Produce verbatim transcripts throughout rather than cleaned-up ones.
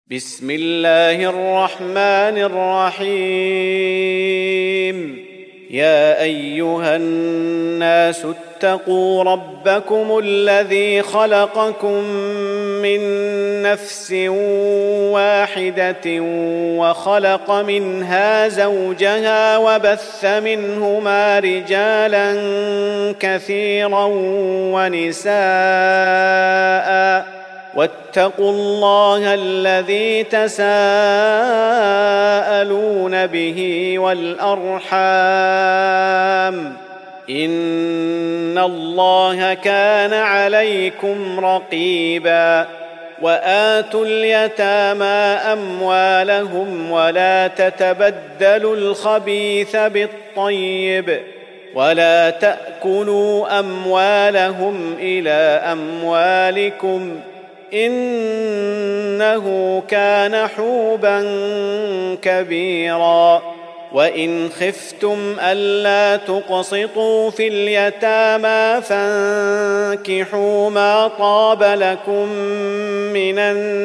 بسم الله الرحمن الرحيم. يا أيها الناس اتقوا ربكم الذي خلقكم من نفس واحدة وخلق منها زوجها وبث منهما رجالا كثيرا ونساء واتقوا الله الذي تساءلون به والأرحام إن الله كان عليكم رقيبا. وآتوا اليتامى أموالهم ولا تتبدلوا الخبيث بالطيب ولا تأكلوا أموالهم إلى أموالكم إنه كان حوبا كبيرا. وإن خفتم ألا تقسطوا في اليتامى فانكحوا ما طاب لكم من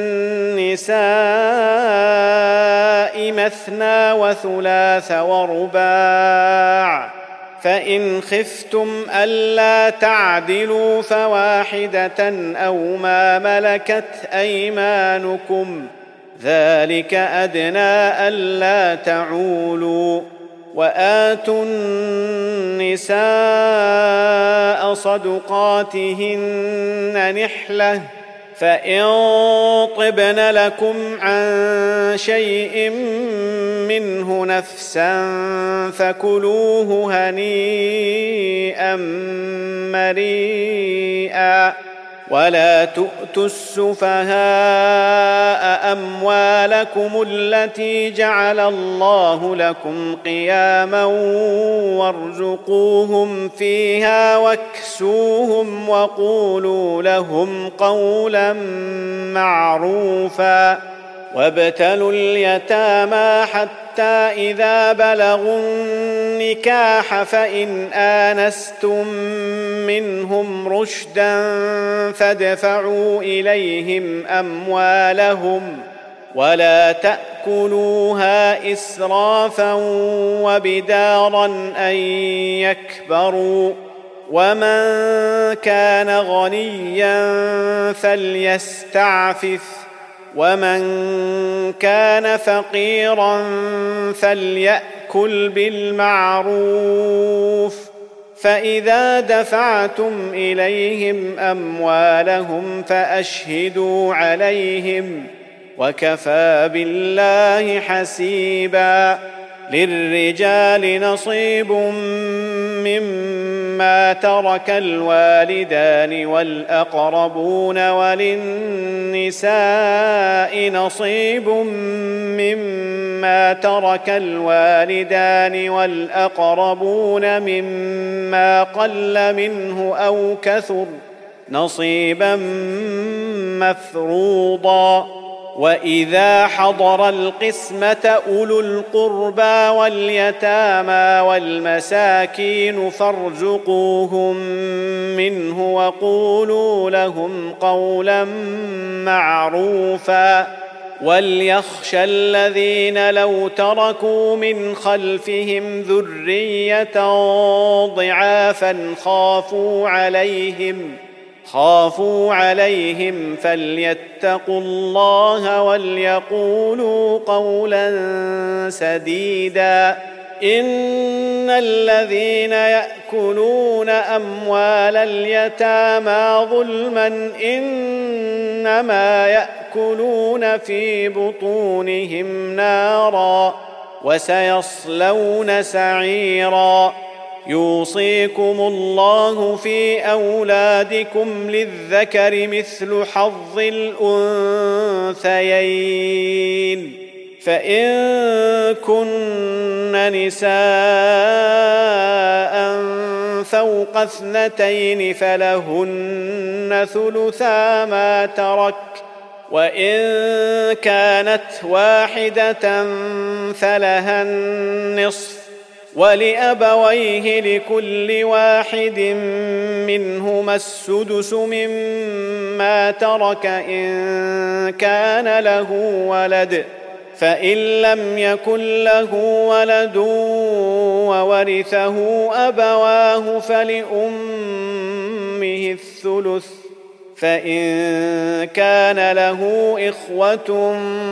النساء مثنى وثلاث ورباع، فإن خفتم ألا تعدلوا فواحدة أو ما ملكت أيمانكم ذلك أدنى ألا تعولوا. وآتوا النساء صدقاتهن نحلة، فإن طبن لكم عن شيء منه نفسا فكلوه هنيئا مريئا. ولا تؤتوا السفهاء أموالكم التي جعل الله لكم قياما وارزقوهم فيها واكسوهم وقولوا لهم قولا معروفا. وابتلوا اليتامى حتى إذا بلغوا النكاح فإن آنستم منهم رشدا فادفعوا إليهم أموالهم ولا تأكلوها إسرافا وبدارا أن يكبروا. ومن كان غنيا فليستعفف ومن كان فقيرا فليأكل بالمعروف. فإذا دفعتم إليهم أموالهم فأشهدوا عليهم وكفى بالله حسيبا. للرجال نصيب مما ترك الوالدان والأقربون وللنساء نصيب مما ترك الوالدان والأقربون مما قل منه أو كثر نصيبا مفروضا. وإذا حضر القسمة أولو القربى واليتامى والمساكين فارزقوهم منه وقولوا لهم قولا معروفا. وليخشى الذين لو تركوا من خلفهم ذرية ضعافا خافوا عليهم خافوا عليهم فليتقوا الله وليقولوا قولا سديدا. إن الذين يأكلون أموال اليتامى ظلما إنما يأكلون في بطونهم نارا وسيصلون سعيرا. يوصيكم الله في أولادكم للذكر مثل حظ الأنثيين، فإن كن نساء فوق اثنتين فلهن ثلثا ما ترك، وإن كانت واحدة فلها النصف، ولأبويه لكل واحد منهما السدس مما ترك إن كان له ولد، فإن لم يكن له ولد وورثه أبواه فلأمه الثلث، فإن كان له إخوة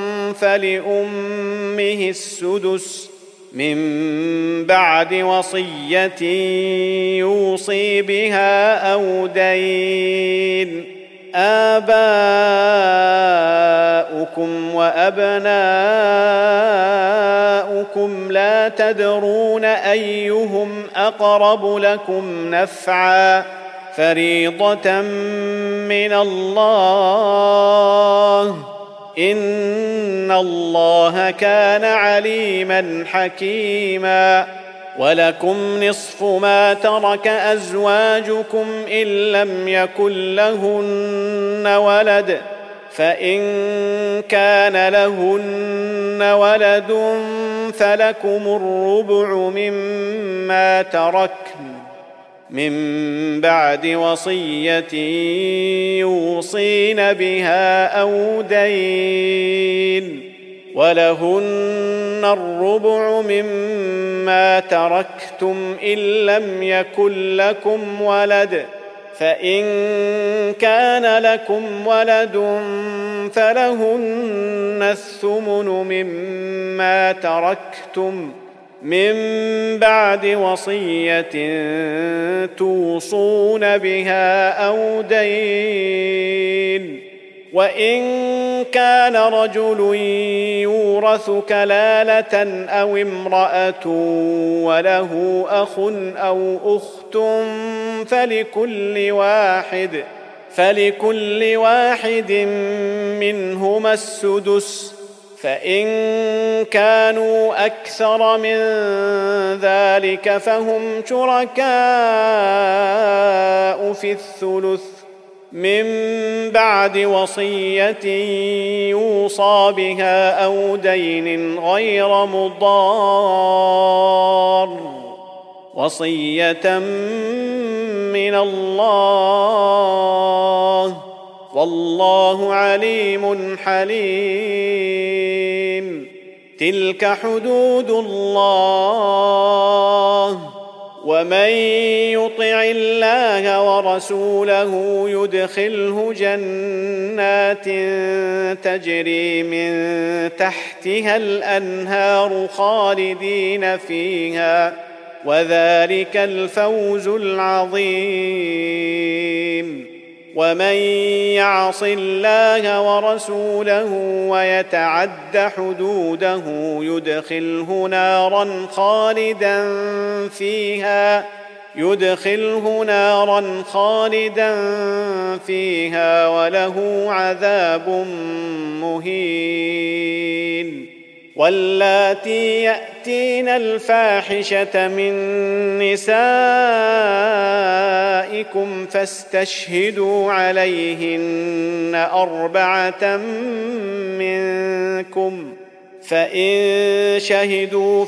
فلأمه السدس من بعد وصية يوصي بها أو دين. آباؤكم وأبناؤكم لا تدرون أيهم أقرب لكم نفعا، فريضة من الله، إن الله كان عليما حكيما. ولكم نصف ما ترك أزواجكم إن لم يكن لهن ولد، فإن كان لهن ولد فلكم الربع مما تركن من بعد وصية يوصين بها أو دين، ولهن الربع مما تركتم إن لم يكن لكم ولد، فإن كان لكم ولد فلهن الثمن مما تركتم من بعد وصية توصون بها أو دين. وإن كان رجل يورث كلالة أو امرأة وله أخ أو أخت فلكل واحد فلكل واحد منهما السدس، فإن كانوا أكثر من ذلك فهم شركاء في الثلث من بعد وصية يوصى بها أو دين غير مضار، وصية من الله، والله عليم حليم. تلك حدود الله، ومن يطع الله ورسوله يدخله جنات تجري من تحتها الأنهار خالدين فيها، وذلك الفوز العظيم. ومن يعص الله ورسوله ويتعد حدوده يدخله نارا خالدا فيها يدخله نارا خالدا فيها وله عذاب مهين. واللاتي يأتين الفاحشة من نسائكم فاستشهدوا عليهن أربعة منكم، فإن شهدوا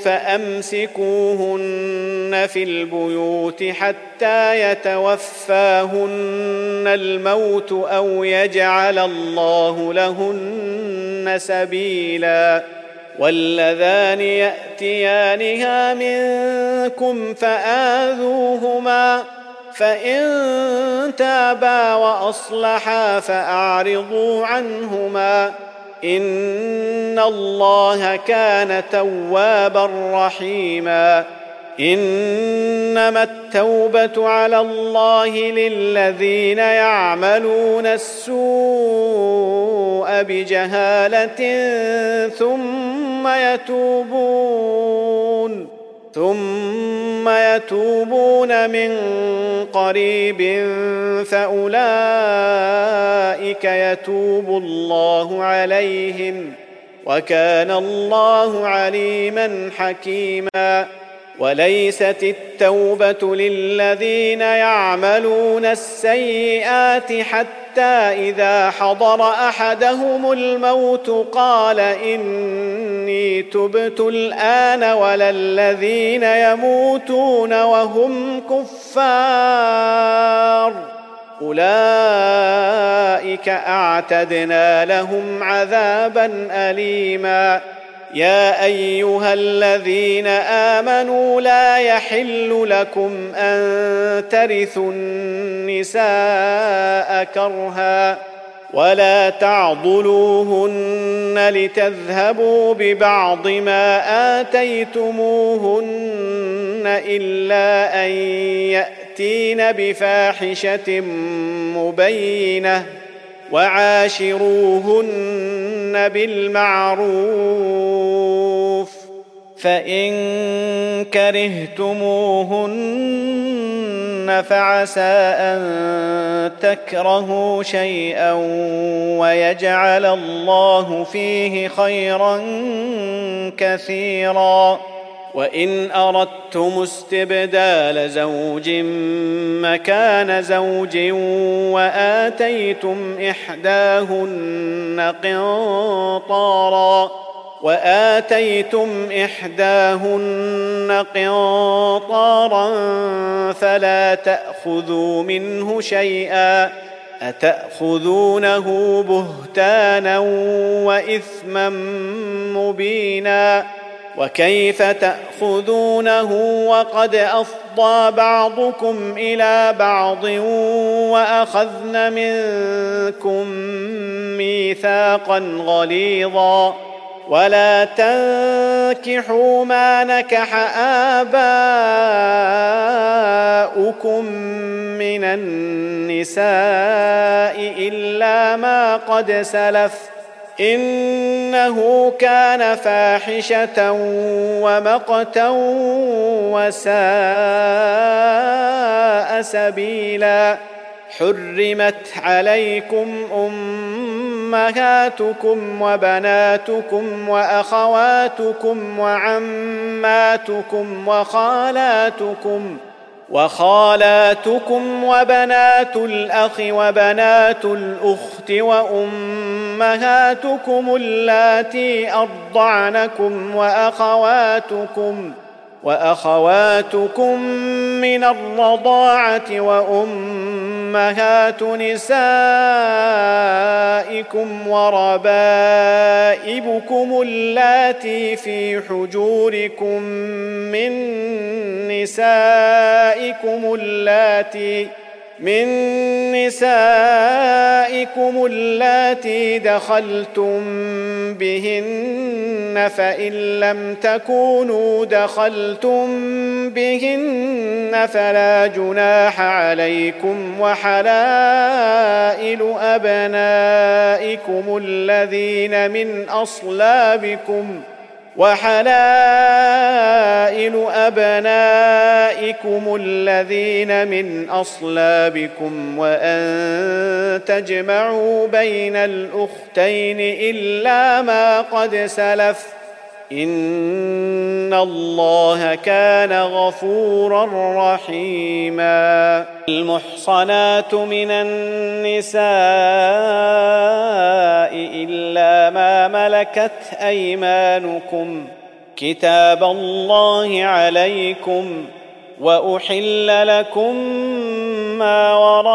فأمسكوهن في البيوت حتى يتوفاهن الموت أو يجعل الله لهن سبيلا. واللذان يأتيانها منكم فآذوهما، فإن تابا وأصلحا فأعرضوا عنهما، إن الله كان توابا رحيما. إنما التوبة على الله للذين يعملون السوء بجهالة ثم يتوبون ثم يتوبون من قريب فأولئك يتوب الله عليهم، وكان الله عليما حكيما. وليست التوبة للذين يعملون السيئات حتى حتى إذا حضر أحدهم الموت قال إني تبت الآن ولا الذين يموتون وهم كفار أولئك أعتدنا لهم عذابا أليما. يا أيها الذين آمنوا لا يحل لكم أن ترثوا النساء كرها ولا تعضلوهن لتذهبوا ببعض ما آتيتموهن إلا أن يأتين بفاحشة مبينة وعاشروهن بالمعروف فإن كرهتموهن فعسى أن تكرهوا شيئا ويجعل الله فيه خيرا كثيرا. وإن أردتم استبدال زوج مكان زوج وآتيتم إحداهن قنطارا وآتيتم إحداهن قنطارا فلا تأخذوا منه شيئا أتأخذونه بهتانا وإثما مبينا. وكيف تأخذونه وقد أفضى بعضكم إلى بعض وأخذن منكم ميثاقا غليظا. ولا تنكحوا ما نكح آباؤكم من النساء إلا ما قد سلف إنه كان فاحشة ومقتا وساء سبيلا. حرمت عليكم أمهاتكم وبناتكم وأخواتكم وعماتكم وخالاتكم وخالاتكم وبنات الأخ وبنات الأخت وأمهاتكم اللاتي أرضعنكم وأخواتكم وأخواتكم من الرضاعة وأمهات نسائكم وربائبكم اللاتي في حجوركم من نسائكم اللاتي من نسائكم اللاتي دخلتم بهن فإن لم تكونوا دخلتم بهن فلا جناح عليكم وحلائل أبنائكم الذين من أصلابكم وحلائل أبنائكم الذين من أصلابكم وأن تجمعوا بين الأختين إلا ما قد سلف إن الله كان غفورا رحيما. المحصنات من النساء إلا ما ملكت أيمانكم كتاب الله عليكم وأحل لكم ما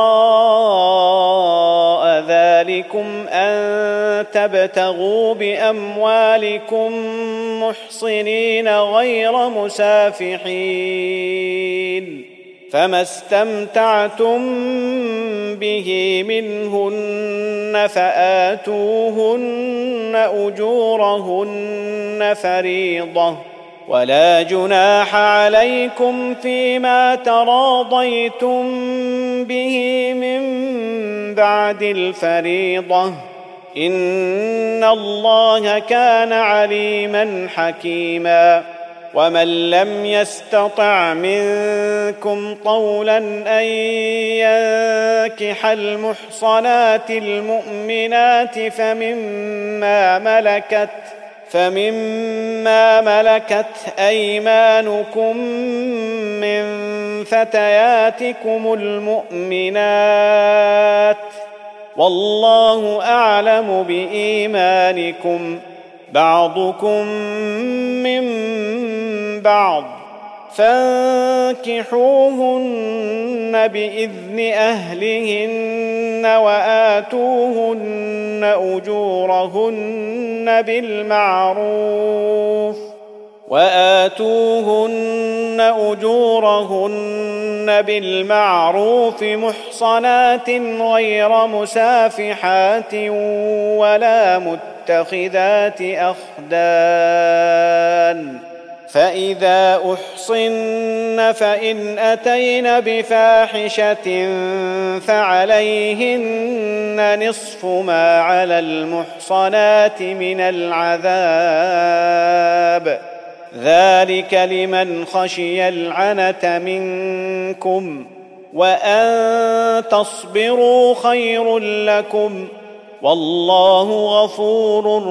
وراء ذلكم أن تبتغوا بأموالكم محصنين غير مسافحين فما استمتعتم به منهن فآتوهن أجورهن فريضة ولا جناح عليكم فيما تراضيتم به من بعد الفريضة إن الله كان عليما حكيما. ومن لم يستطع منكم طولا أن ينكح المحصنات المؤمنات فمما ملكت فمما ملكت أيمانكم من فتياتكم المؤمنات والله أعلم بإيمانكم بعضكم من بعض فانكحوهن بإذن أهلهن وآتوهن أجورهن بالمعروف وآتوهن أجورهن بالمعروف محصنات غير مسافحات ولا متخذات أخدان فإذا أحصن فإن أتين بفاحشة فعليهن نصف ما على المحصنات من العذاب ذلك لمن خشي العنة منكم وأن تصبروا خير لكم والله غفور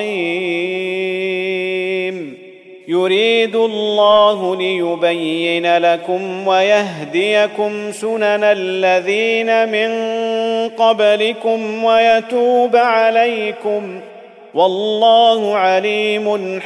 رحيم يريد الله ليبين لكم ويهديكم سنن الذين من قبلكم ويتوب عليكم والله عليم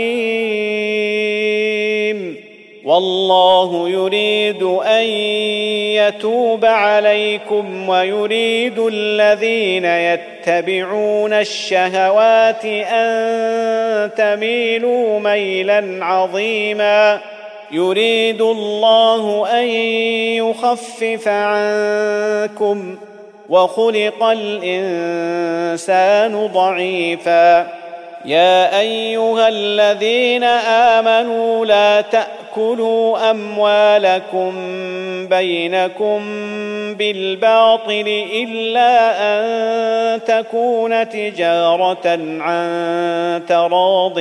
حكيم والله يريد أن يتوب عليكم ويريد الذين يتبعون الشهوات أن تميلوا ميلا عظيما يريد الله أن يخفف عنكم وخلق الإنسان ضعيفا يا أيها الذين آمنوا لا تأكلوا أموالكم بينكم بالباطل إلا أن تكون تجارة عن تراض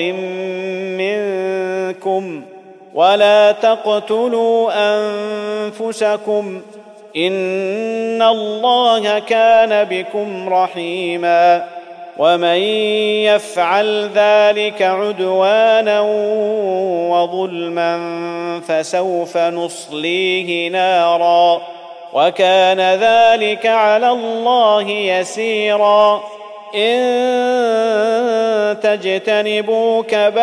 منكم ولا تقتلوا أنفسكم إن الله كان بكم رحيما ومن يفعل ذلك عدوانا وظلما فسوف نصليه نارا وكان ذلك على الله يسيرا إن تجتنبوا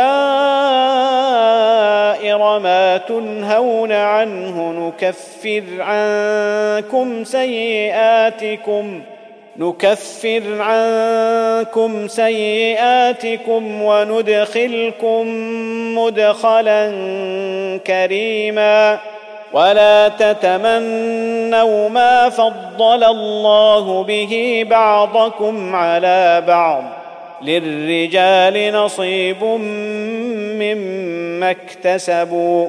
كبائر ما تنهون عنه نكفر عنكم سيئاتكم نكفر عنكم سيئاتكم وندخلكم مدخلا كريما ولا تتمنوا ما فضل الله به بعضكم على بعض للرجال نصيب مما اكتسبوا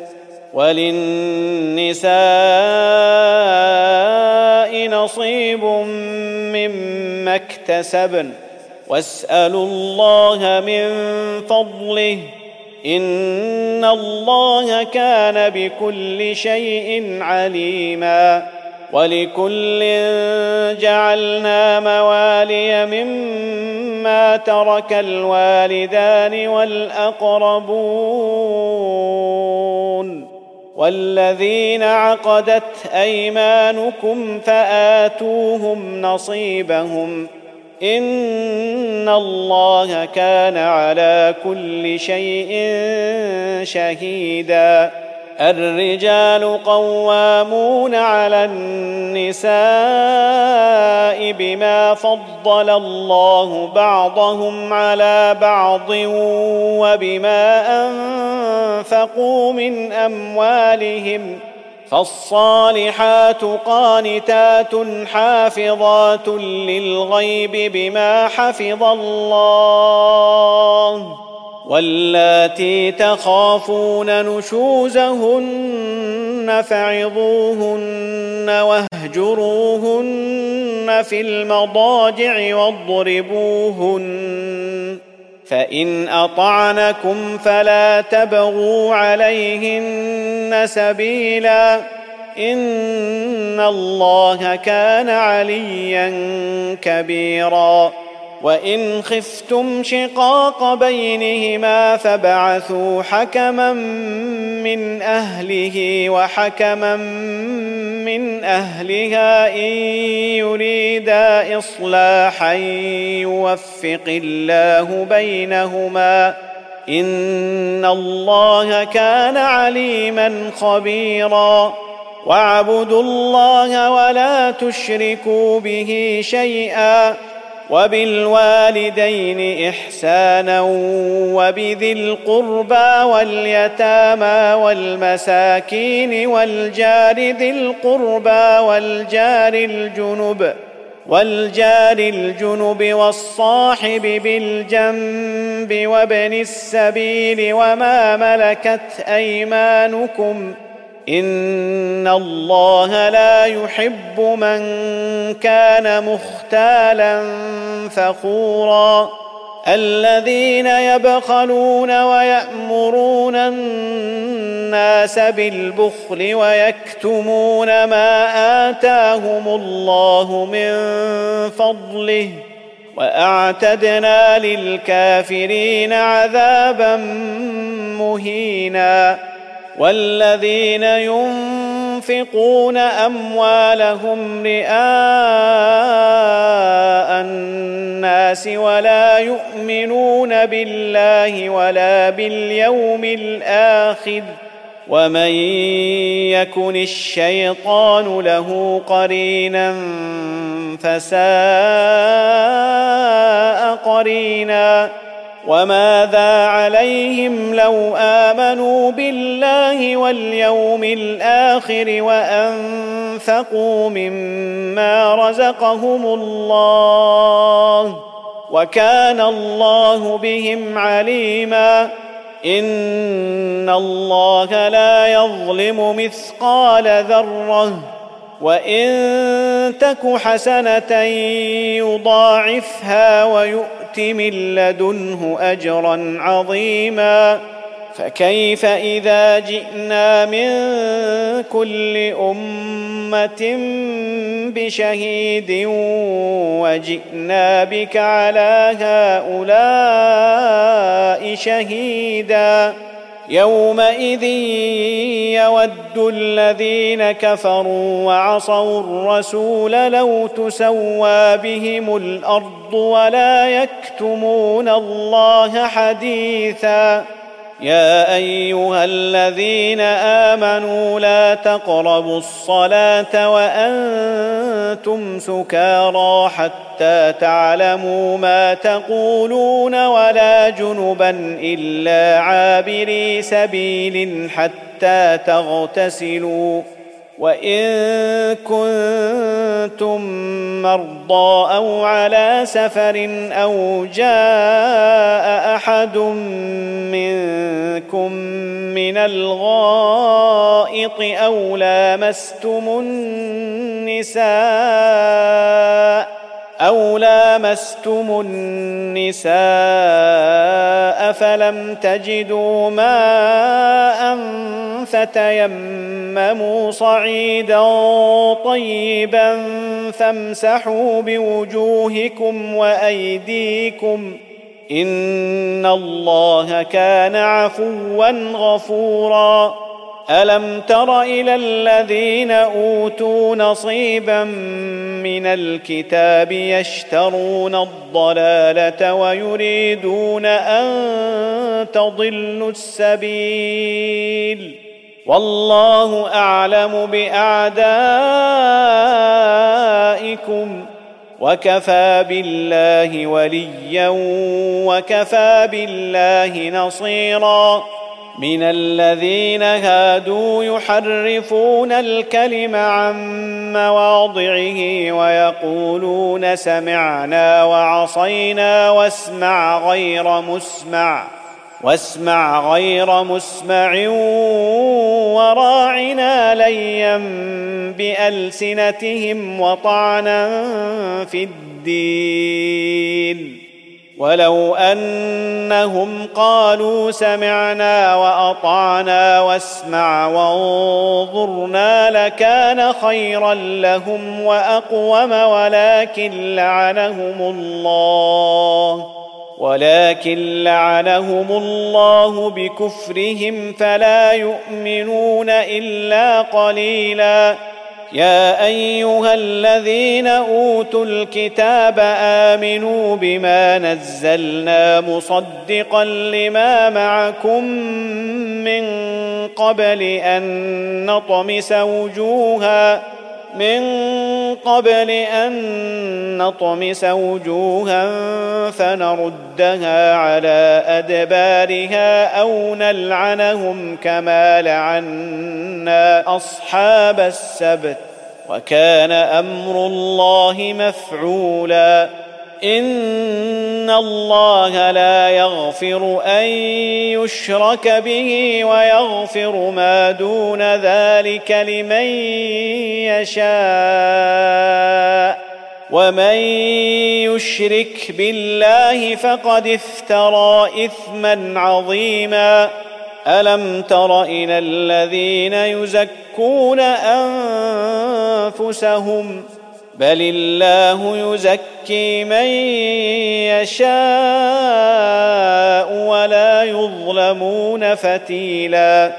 وللنساء نصيب مما اكتسبن واسألوا الله من فضله إن الله كان بكل شيء عليما ولكل جعلنا موالي مما ترك الوالدان والأقربون والذين عقدت أيمانكم فآتوهم نصيبهم إن الله كان على كل شيء شهيدا الرجال قوامون على النساء بما فضل الله بعضهم على بعض وبما أنفقوا من أموالهم فالصالحات قانتات حافظات للغيب بما حفظ الله واللاتي تخافون نشوزهن فعظوهن واهجروهن في المضاجع واضربوهن فإن أطعنكم فلا تبغوا عليهن سبيلا إن الله كان عليا كبيرا وإن خفتم شقاق بينهما فابعثوا حكما من أهله وحكما من أهلها إن يريدا إصلاحا يوفق الله بينهما إن الله كان عليما خبيرا واعبدوا الله ولا تشركوا به شيئا وبالوالدين إحسانا وبذي القربى واليتامى والمساكين والجار ذي القربى والجار الجنب والجار الجنب والصاحب بالجنب وابن السبيل وما ملكت أيمانكم إن الله لا يحب من كان مختالا فخورا الذين يبخلون ويأمرون الناس بالبخل ويكتمون ما آتاهم الله من فضله وأعتدنا للكافرين عذابا مهينا والذين ينفقون أموالهم رئاء الناس ولا يؤمنون بالله ولا باليوم الآخر ومن يكن الشيطان له قرينا فساء قرينا وماذا عليهم لو آمنوا بالله واليوم الآخر وأنفقوا مما رزقهم الله وكان الله بهم عليما إن الله لا يظلم مثقال ذرة وإن تك حسنة يضاعفها ويؤت من لدنه أجرا عظيما فكيف إذا جئنا من كل أمة بشهيد وجئنا بك على هؤلاء شهيدا يومئذ يود الذين كفروا وعصوا الرسول لو تسوى بهم الأرض ولا يكتمون الله حديثا يا أيها الذين آمنوا لا تقربوا الصلاة وأنتم سكارى حتى تعلموا ما تقولون ولا جنبا إلا عابري سبيل حتى تغتسلوا وإن كنتم مرضى أو على سفر أو جاء أحد منكم من الغائط أو لامستم النساء أو لامستم النساء فلم تجدوا ماء فتيمموا صعيدا طيبا فامسحوا بوجوهكم وأيديكم إن الله كان عفوا غفورا ألم تر إلى الذين أوتوا نصيبا من الكتاب يشترون الضلالة ويريدون أن تضلوا السبيل والله أعلم بأعدائكم وكفى بالله وليا وكفى بالله نصيرا من الذين هادوا يحرفون الكلم عن مواضعه ويقولون سمعنا وعصينا واسمع غير مسمع واسمع غير مسمع وراعنا ليا بألسنتهم وطعنا في الدين ولو أنهم قالوا سمعنا وأطعنا واسمع وانظرنا لكان خيرا لهم وأقوم ولكن لعنهم الله ولكن لعنهم الله بكفرهم فلا يؤمنون إلا قليلا. يا أيها الذين أوتوا الكتاب آمنوا بما نزلنا مصدقا لما معكم من قبل أن نطمس وجوها من قبل أن نطمس وجوها فنردها على أدبارها أو نلعنهم كما لعنا أصحاب السبت وكان أمر الله مفعولا. إن الله لا يغفر أن يشرك به ويغفر ما دون ذلك لمن يشاء ومن يشرك بالله فقد افترى إثما عظيما. ألم تر إلى الذين يزكون أنفسهم بل الله يزكي من يشاء ولا يظلمون فتيلا.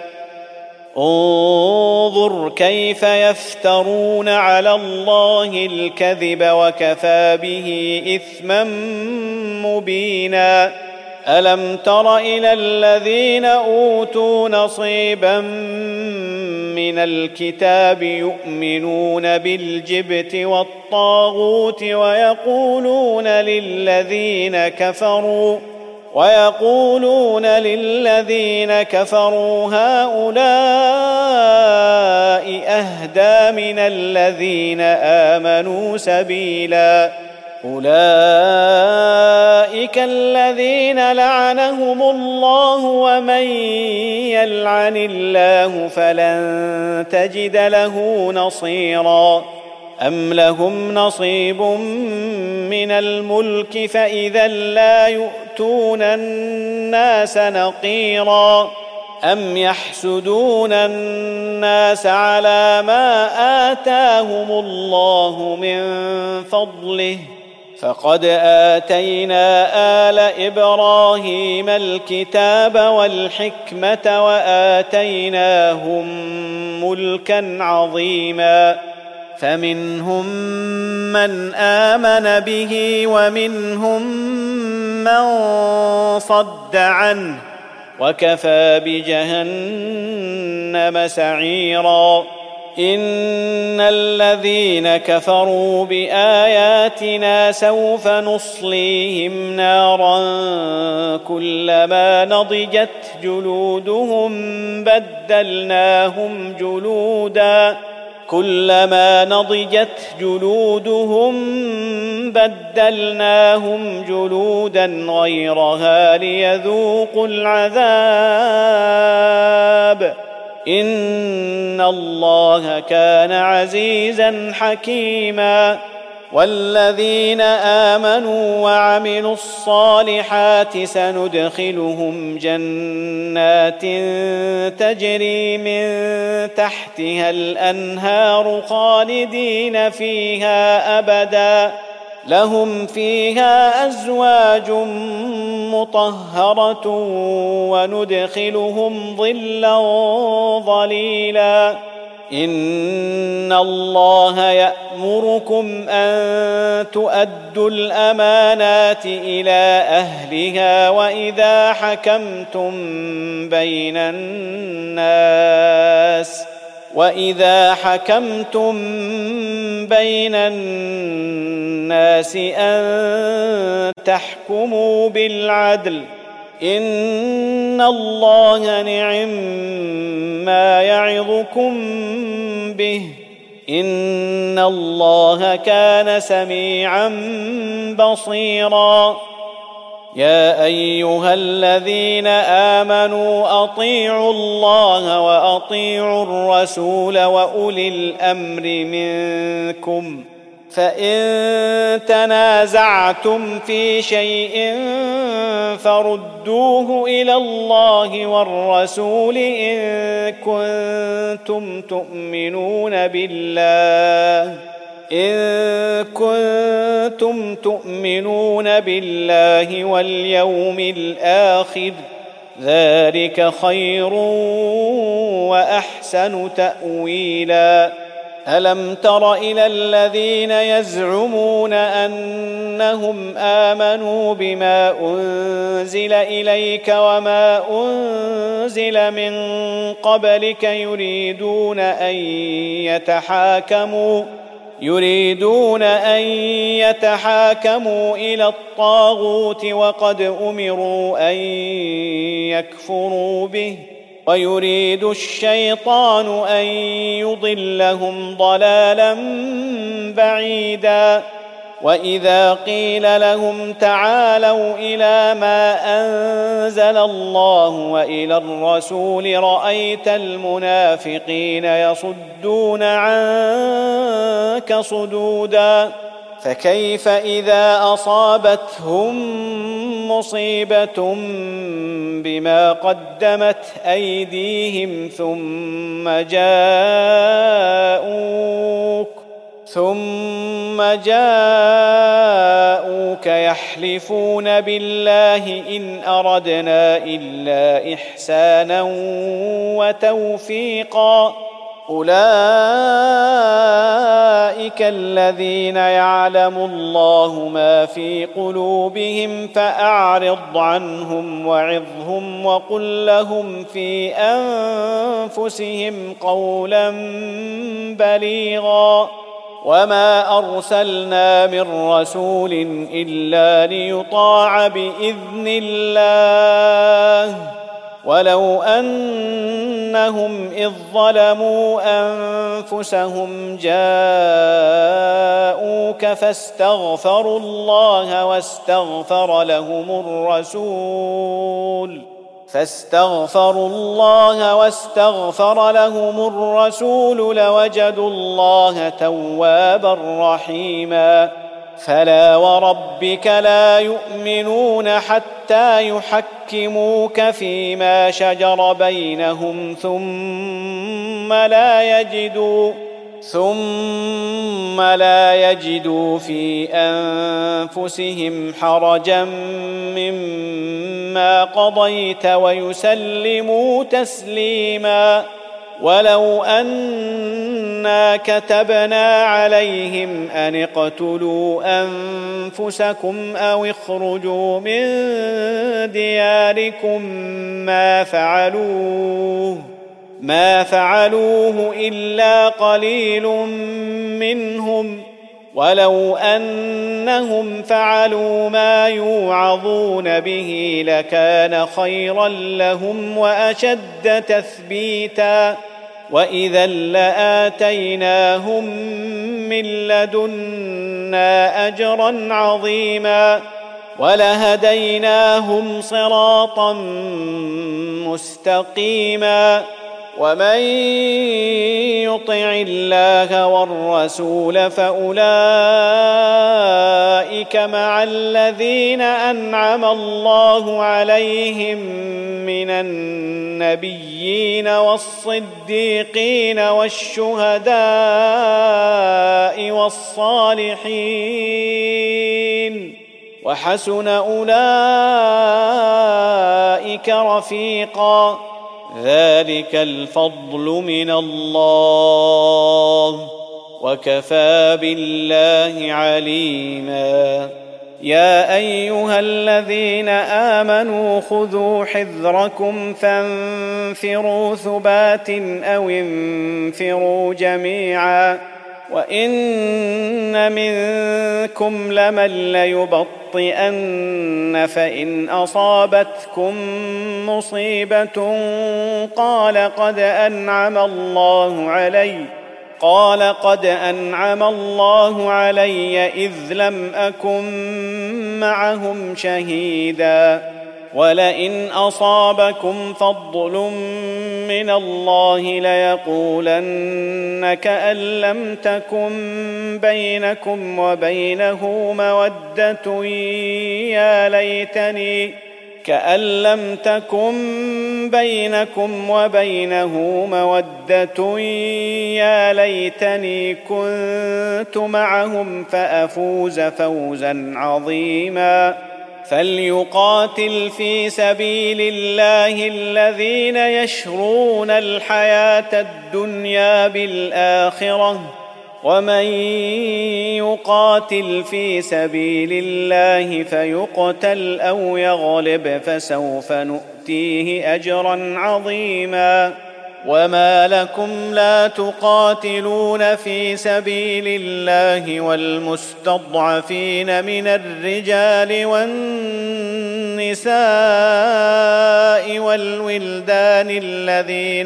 انظر كيف يفترون على الله الكذب وكفى به إثما مبينا. ألم تر إلى الذين أوتوا نصيبا من الكتاب يؤمنون بالجبت والطاغوت ويقولون للذين كفروا ويقولون للذين كفروا هؤلاء أهدى من الذين آمنوا سبيلا. أولئك الذين لعنهم الله ومن يلعن الله فلن تجد له نصيرا. أم لهم نصيب من الملك فإذا لا يؤتون الناس نقيرا. أم يحسدون الناس على ما آتاهم الله من فضله فقد آتينا آل إبراهيم الكتاب والحكمة وآتيناهم ملكا عظيما. فمنهم من آمن به ومنهم من صد عنه وكفى بجهنم سعيرا. إن الذين كفروا بآياتنا سوف نصليهم نارا كلما نضجت جلودهم بدلناهم جلودا كلما نضجت جلودهم بدلناهم جلودا غيرها ليذوقوا العذاب إن الله كان عزيزا حكيما. والذين آمنوا وعملوا الصالحات سندخلهم جنات تجري من تحتها الأنهار خالدين فيها أبدا لهم فيها أزواج مطهرة وندخلهم ظلا ظليلا. إن الله يأمركم أن تؤدوا الأمانات إلى أهلها وإذا حكمتم بين الناس وإذا حكمتم بين الناس أن تحكموا بالعدل إن الله نعم ما يعظكم به إن الله كان سميعا بصيرا. يا أيها الذين آمنوا أطيعوا الله وأطيعوا الرسول وأولي الأمر منكم فإن تنازعتم في شيء فردوه إلى الله والرسول إن كنتم تؤمنون بالله إن كنتم تؤمنون بالله واليوم الآخر ذلك خير وأحسن تأويلا. ألم تر إلى الذين يزعمون أنهم آمنوا بما أنزل إليك وما أنزل من قبلك يريدون أن يتحاكموا يريدون أن يتحاكموا إلى الطاغوت وقد أمروا أن يكفروا به ويريد الشيطان أن يضلهم ضلالا بعيدا. وإذا قيل لهم تعالوا إلى ما أنزل الله وإلى الرسول رأيت المنافقين يصدون عنك صدودا. فكيف إذا أصابتهم مصيبة بما قدمت أيديهم ثم جاءوك ثم جاءوك يحلفون بالله إن أردنا إلا إحسانا وتوفيقا أولئك الذين يعلم الله ما في قلوبهم فأعرض عنهم وعظهم وقل لهم في أنفسهم قولا بليغا. وما أرسلنا من رسول إلا ليطاع بإذن الله ولو أنهم إذ ظلموا أنفسهم جاءوك فاستغفروا الله واستغفر لهم الرسول فاستغفروا الله واستغفر لهم الرسول لوجدوا الله توابا رحيما. فلا وربك لا يؤمنون حتى يحكموك فيما شجر بينهم ثم لا يجدوا ثم لا يجدوا في أنفسهم حرجا مما قضيت ويسلموا تسليما. ولو أنا كتبنا عليهم أن اقتلوا أنفسكم أو اخرجوا من دياركم ما فعلوه ما فعلوه إلا قليل منهم ولو أنهم فعلوا ما يوعظون به لكان خيرا لهم وأشد تثبيتا. وإذا لآتيناهم من لدنا أجرا عظيما ولهديناهم صراطا مستقيما. ومن يطع الله والرسول فأولئك مع الذين أنعم الله عليهم من النبيين والصديقين والشهداء والصالحين وحسن أولئك رفيقا. ذلك الفضل من الله وكفى بالله عليما. يا أيها الذين آمنوا خذوا حذركم فانفروا ثبات أو انفروا جميعا. وإن منكم لمن ليبطئن فإن أصابتكم مصيبة قال قد أنعم الله علي قال قد أنعم الله علي إذ لم أكن معهم شهيدا ولئن أصابكم فضل من الله ليقولن كأن لم تكن بينكم وبينه مودة يا ليتني كأن لم تكن بينكم وبينه مودة يا ليتني كنت معهم فأفوز فوزا عظيما فليقاتل في سبيل الله الذين يشرون الحياة الدنيا بالآخرة ومن يقاتل في سبيل الله فيقتل أو يغلب فسوف نؤتيه أجرا عظيما وما لكم لا تقاتلون في سبيل الله والمستضعفين من الرجال والنساء والولدان الذين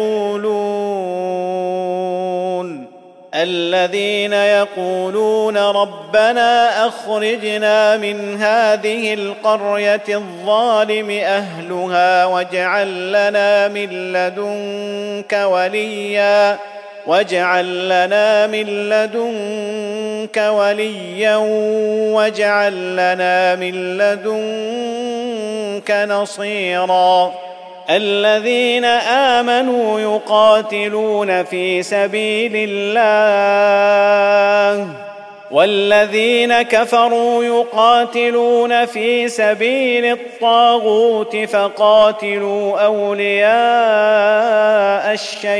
يقولون الذين يقولون ربنا أخرجنا من هذه القرية الظالم أهلها واجعل لنا من لدنك وليا واجعل لنا من لدنك وليا واجعل لنا من لدنك نصيرا الذين آمنوا يقاتلون في سبيل الله والذين كفروا يقاتلون في سبيل الطاغوت فقاتلوا أولياء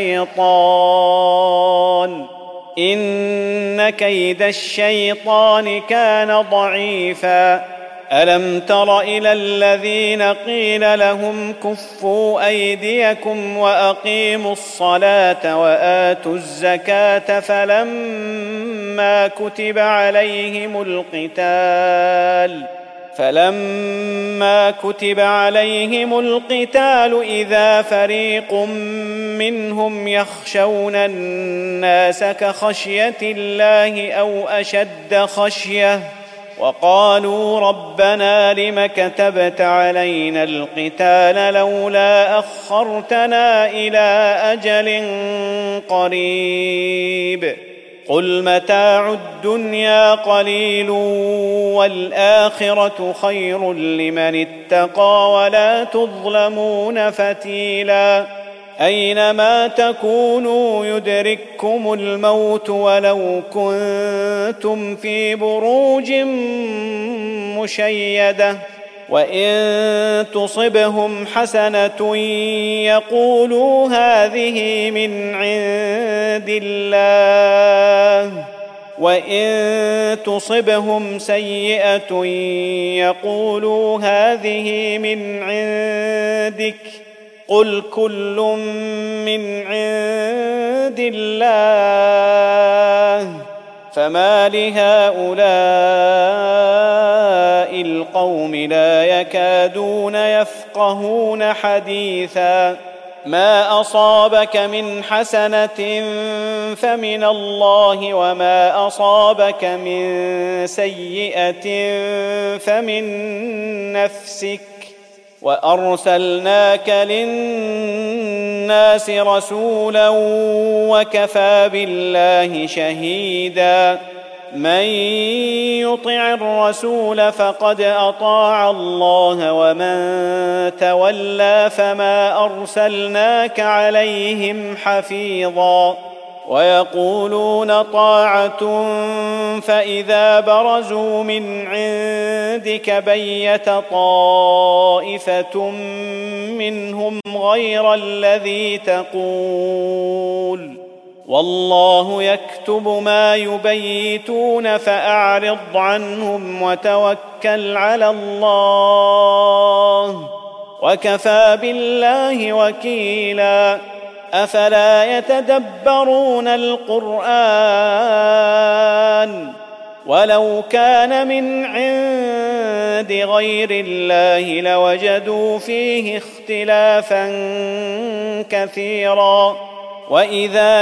الشيطان إن كيد الشيطان كان ضعيفا ألم تر إلى الذين قيل لهم كفوا أيديكم وأقيموا الصلاة وآتوا الزكاة فلما كتب عليهم القتال فلما كتب عليهم القتال إذا فريق منهم يخشون الناس كخشية الله أو أشد خشية وقالوا ربنا لم كتبت علينا القتال لولا أخرتنا إلى أجل قريب قل متاع الدنيا قليل والآخرة خير لمن اتقى ولا تظلمون فتيلا أينما تكونوا يدرككم الموت ولو كنتم في بروج مشيدة وإن تصبهم حسنة يقولوا هذه من عند الله وإن تصبهم سيئة يقولوا هذه من عندك قل كل من عند الله فما لهؤلاء القوم لا يكادون يفقهون حديثا ما أصابك من حسنة فمن الله وما أصابك من سيئة فمن نفسك وأرسلناك للناس رسولا وكفى بالله شهيدا من يطع الرسول فقد أطاع الله ومن تولى فما أرسلناك عليهم حفيظا ويقولون طاعة فإذا برزوا من عندك بيت طائفة منهم غير الذي تقول والله يكتب ما يبيتون فأعرض عنهم وتوكل على الله وكفى بالله وكيلا أفلا يتدبرون القرآن ولو كان من عند غير الله لوجدوا فيه اختلافا كثيرا وإذا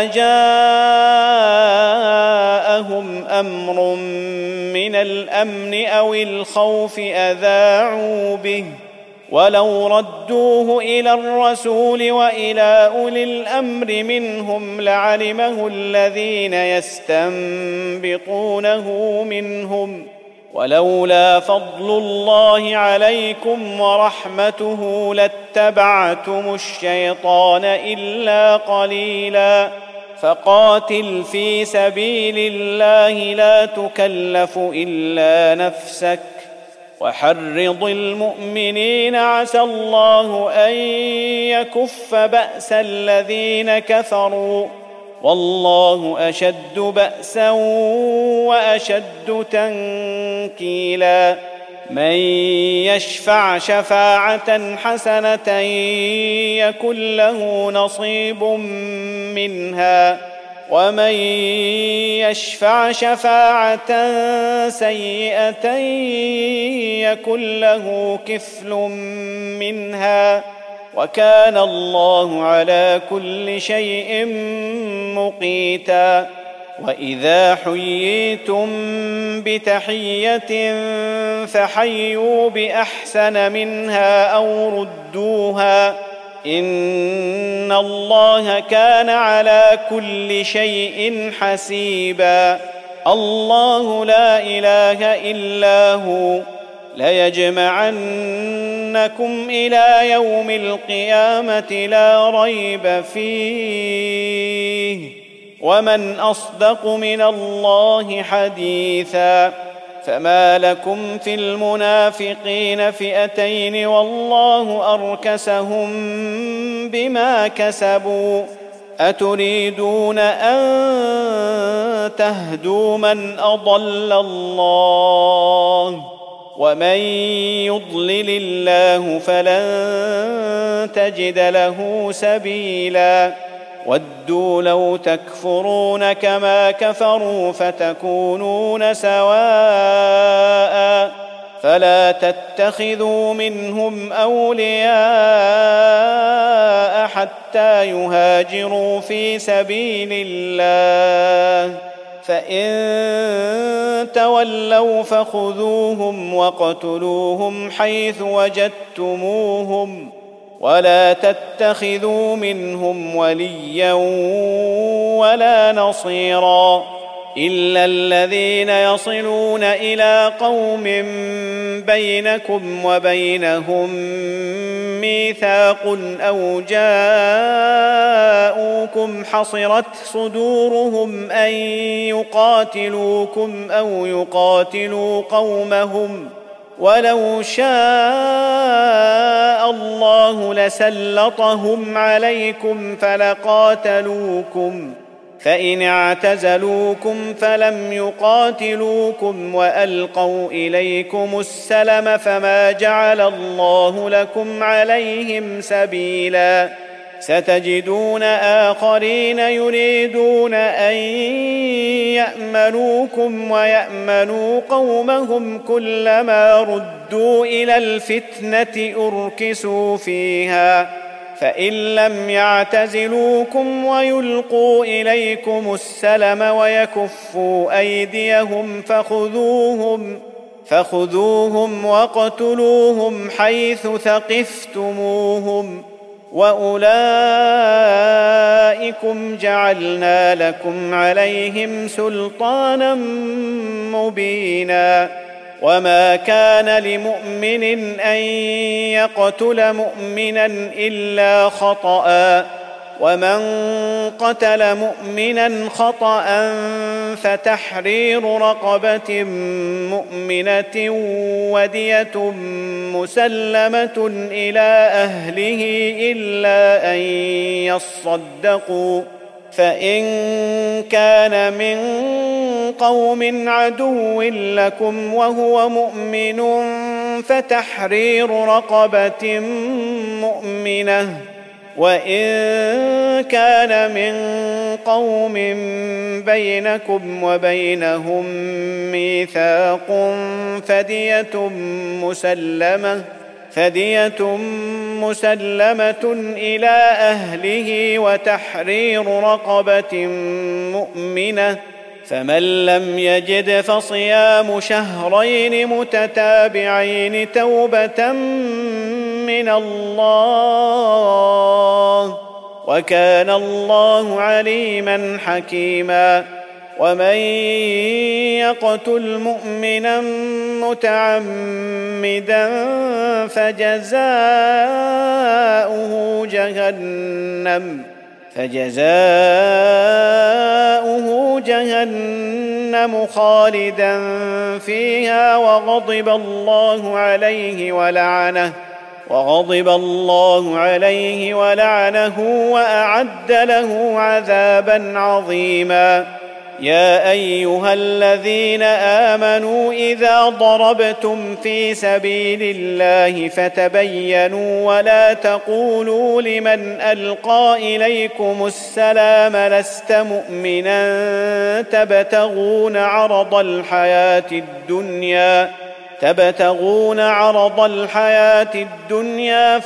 جاءهم أمر من الأمن أو الخوف أذاعوا به ولو ردوه إلى الرسول وإلى أولي الأمر منهم لعلمه الذين يستنبطونه منهم، ولولا فضل الله عليكم ورحمته لاتبعتم الشيطان إلا قليلا. فقاتل في سبيل الله لا تكلف إلا نفسك وحرض المؤمنين عسى الله أن يكف بأس الذين كفروا والله أشد بأسا وأشد تنكيلا. من يشفع شفاعة حسنة يكن له نصيب منها ومن يشفع شفاعة سيئة يكن له كفل منها وكان الله على كل شيء مقيتا. وإذا حييتم بتحية فحيوا بأحسن منها أو ردوها إن الله كان على كل شيء حسيبا. الله لا إله إلا هو ليجمعنكم إلى يوم القيامة لا ريب فيه ومن أصدق من الله حديثا. فما لكم في المنافقين فئتين والله أركسهم بما كسبوا أتريدون أن تهدوا من أضل الله ومن يضلل الله فلن تجد له سبيلا. ودوا لو تكفرون كما كفروا فتكونون سواء فلا تتخذوا منهم أولياء حتى يهاجروا في سبيل الله فإن تولوا فخذوهم واقتلوهم حيث وجدتموهم ولا تتخذوا منهم وليا ولا نصيرا إلا الذين يصلون إلى قوم بينكم وبينهم ميثاق أو جاءوكم حصرت صدورهم أن يقاتلوكم أو يقاتلوا قومهم ولو شاء الله لسلطهم عليكم فلقاتلوكم فإن اعتزلوكم فلم يقاتلوكم وألقوا إليكم السلم فما جعل الله لكم عليهم سبيلا. ستجدون آخرين يريدون أن يأمنوكم ويأمنوا قومهم كلما ردوا إلى الفتنة أركسوا فيها فإن لم يعتزلوكم ويلقوا إليكم السلم ويكفوا أيديهم فخذوهم فخذوهم واقتلوهم حيث ثقفتموهم وأولئكم جعلنا لكم عليهم سلطانا مبينا. وما كان لمؤمن أن يقتل مؤمنا إلا خطأ ومن قتل مؤمنا خطأ فتحرير رقبة مؤمنة ودية مسلمة إلى أهله إلا أن يصدقوا فإن كان من قوم عدو لكم وهو مؤمن فتحرير رقبة مؤمنة وإن كان من قوم بينكم وبينهم ميثاق فدية مسلمة فدية مسلمة إلى أهله وتحرير رقبة مؤمنة فمن لم يجد فصيام شهرين متتابعين توبة من الله، وكان الله عليما حكيما. ومن يقتل مؤمنا متعمدا فجزاؤه جهنم فجزاؤه جهنم خالدا فيها وغضب الله عليه ولعنه وغضب الله عليه ولعنه وأعد له عذابا عظيما. يا أيها الذين آمنوا إذا ضربتم في سبيل الله فتبينوا ولا تقولوا لمن ألقى إليكم السلام لست مؤمنا تبتغون عرض الحياة الدنيا تبتغون عرض الحياة الدنيا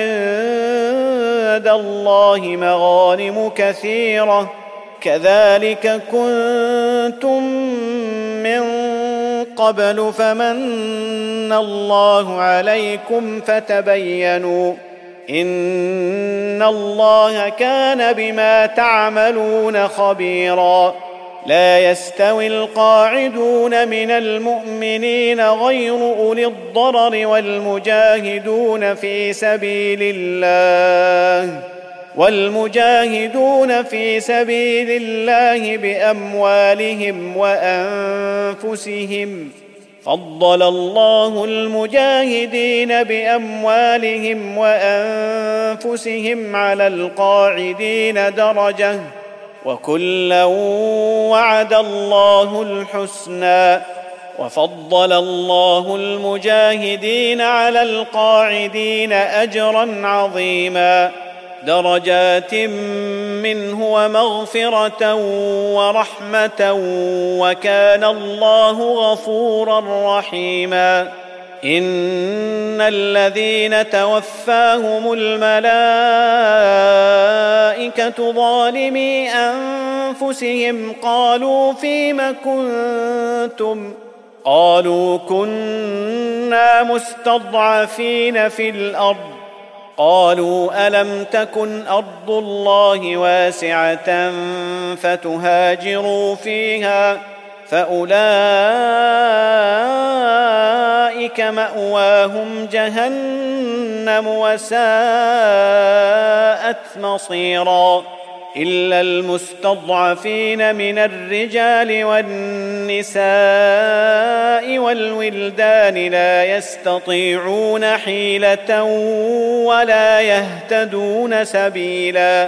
فعند الله مغانم كثيرة كذلك كنتم من قبل فمن الله عليكم فتبينوا إن الله كان بما تعملون خبيرا. لا يستوي القاعدون من المؤمنين غير أولي الضرر والمجاهدون في سبيل الله والمجاهدون في سبيل الله بأموالهم وأنفسهم. فضل الله المجاهدين بأموالهم وأنفسهم على القاعدين درجة وكلا وعد الله الحسنى. وفضل الله المجاهدين على القاعدين أجرا عظيما درجات منه ومغفرة ورحمة وكان الله غفورا رحيما. إن الذين توفاهم الملائكة ظالمي أنفسهم قالوا فيم كنتم قالوا كنا مستضعفين في الأرض قالوا ألم تكن أرض الله واسعة فتهاجروا فيها فأولئك مأواهم جهنم وساءت مصيرا. إلا المستضعفين من الرجال والنساء والولدان لا يستطيعون حيلة ولا يهتدون سبيلا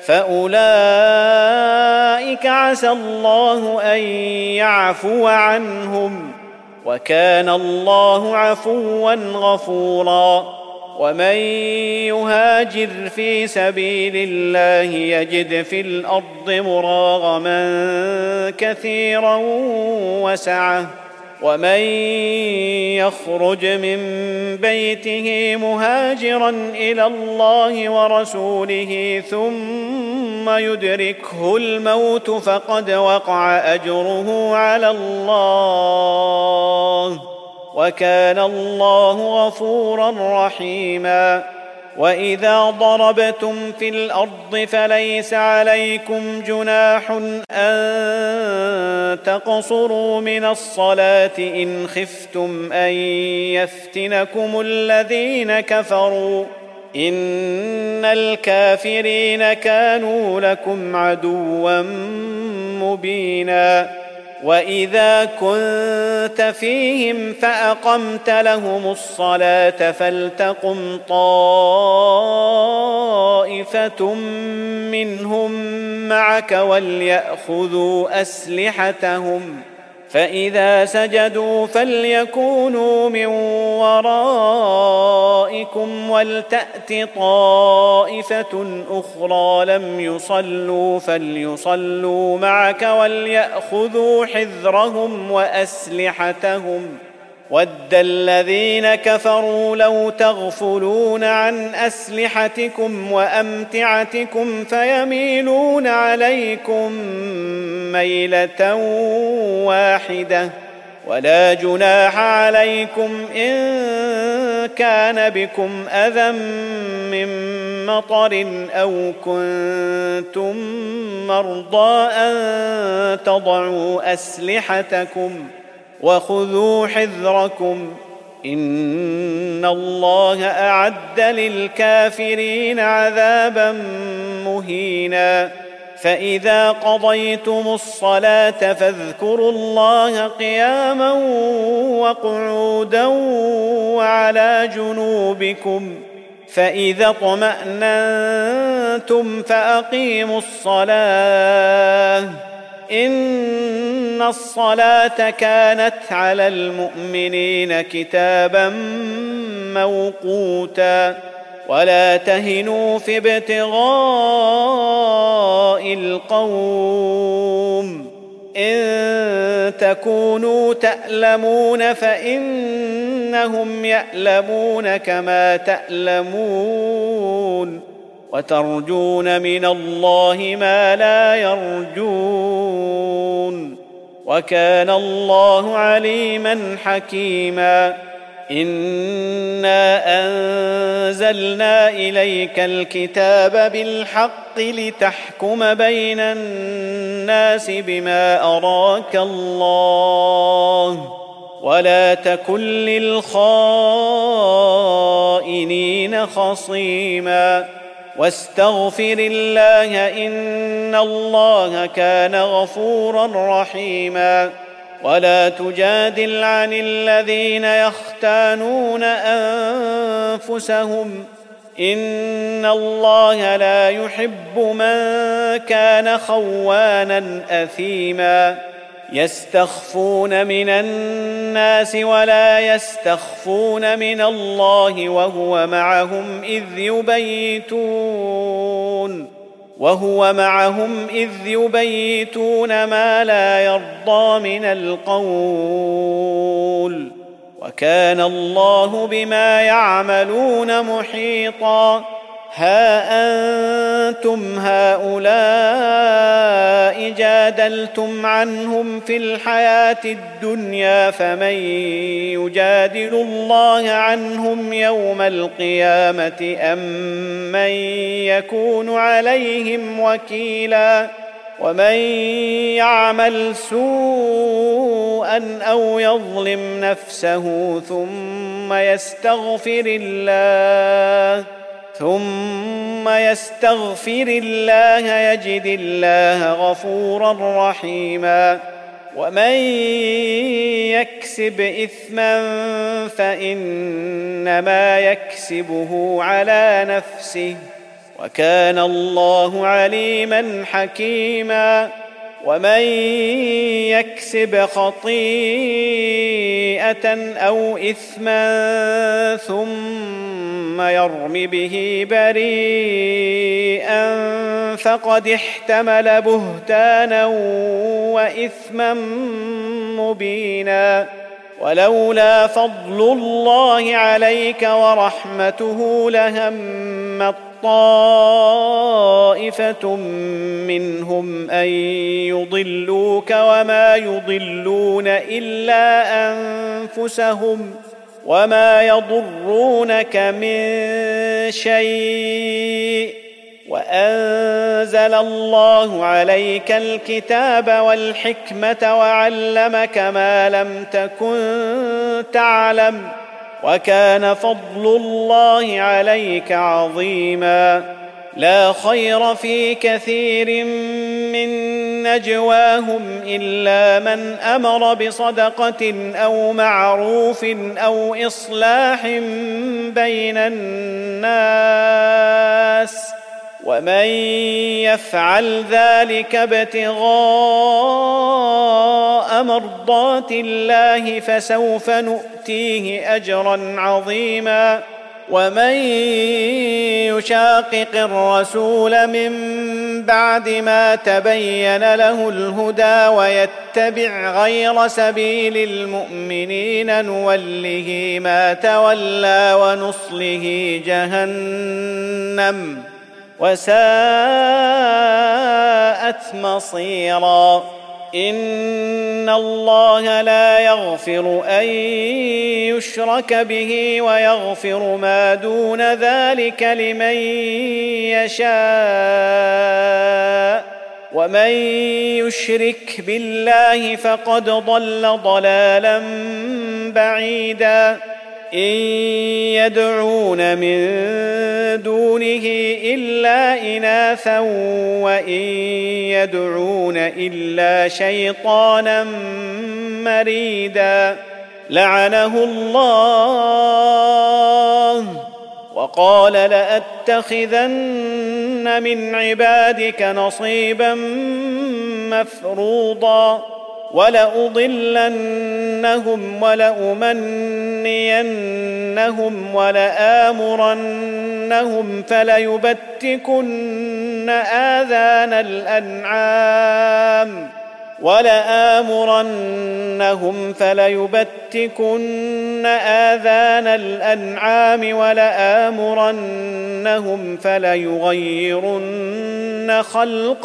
فأولئك عسى الله أن يعفو عنهم وكان الله عفوا غفورا. ومن يهاجر في سبيل الله يجد في الأرض مراغما كثيرا وسعة ومن يخرج من بيته مهاجرا إلى الله ورسوله ثم يدركه الموت فقد وقع أجره على الله وكان الله غفورا رحيما. وإذا ضربتم في الأرض فليس عليكم جناح أن تقصروا من الصلاة إن خفتم أن يفتنكم الذين كفروا إن الكافرين كانوا لكم عدوا مبينا. وإذا كنت فيهم فأقمت لهم الصلاة فلتقم طائفة منهم معك وليأخذوا أسلحتهم فإذا سجدوا فليكونوا من ورائكم ولتأت طائفة أخرى لم يصلوا فليصلوا معك وليأخذوا حذرهم وأسلحتهم ود الذين كفروا لو تغفلون عن أسلحتكم وأمتعتكم فيميلون عليكم ميلة واحدة ولا جناح عليكم إن كان بكم أذى من مطر أو كنتم مرضى أن تضعوا أسلحتكم وخذوا حذركم إن الله أعد للكافرين عذابا مهينا فإذا قضيتم الصلاة فاذكروا الله قياما وقعودا وعلى جنوبكم فإذا اطمأننتم فأقيموا الصلاة إن الصلاة كانت على المؤمنين كتابا موقوتا ولا تهنوا في ابتغاء القوم إن تكونوا تألمون فإنهم يألمون كما تألمون وترجون من الله ما لا يرجون وكان الله عليما حكيما إنا أنزلنا إليك الكتاب بالحق لتحكم بين الناس بما أراك الله ولا تكن للخائنين خصيما واستغفر الله إن الله كان غفورا رحيما ولا تجادل عن الذين يختانون أنفسهم إن الله لا يحب من كان خوانا أثيما يستخفون من الناس ولا يستخفون من الله وهو معهم إذ يبيتون وهو معهم إذ يبيتون ما لا يرضى من القول وكان الله بما يعملون محيطا ها أنتم هؤلاء جادلتم عنهم في الحياة الدنيا فمن يجادل الله عنهم يوم القيامة أم من يكون عليهم وكيلا ومن يعمل سوءا أو يظلم نفسه ثم يستغفر الله ثم يستغفر الله يجد الله غفورا رحيما ومن يكسب إثما فإنما يكسبه على نفسه وكان الله عليما حكيما ومن يكسب خطيئة أو إثما ثم يرم به بريئا فقد احتمل بهتانا وإثما مبينا ولولا فضل الله عليك ورحمته لهمت طائفة منهم أن يضلوك وما يضلون إلا أنفسهم وما يضرونك من شيء وأنزل الله عليك الكتاب والحكمة وعلمك ما لم تكن تعلم وكان فضل الله عليك عظيما لا خير في كثير من نجواهم إلا من أمر بصدقة أو معروف أو إصلاح بين الناس ومن يفعل ذلك ابتغاء مرضات الله فسوف نؤتيه أجرا عظيما ومن يشاقق الرسول من بعد ما تبين له الهدى ويتبع غير سبيل المؤمنين نوله ما تولى ونصله جهنم وساءت مصيرا إن الله لا يغفر أن يشرك به ويغفر ما دون ذلك لمن يشاء ومن يشرك بالله فقد ضل ضلالا بعيدا إن يدعون من دونه إلا إناثا وإن يدعون إلا شيطانا مريدا لعنه الله وقال لأتخذن من عبادك نصيبا مفروضا ولأضلنهم ولأمنينهم ولآمرنهم فليبتكن آذان الأنعام ولآمرنهم فليبتكن آذان الأنعام ولآمرنهم فليغيرن خلق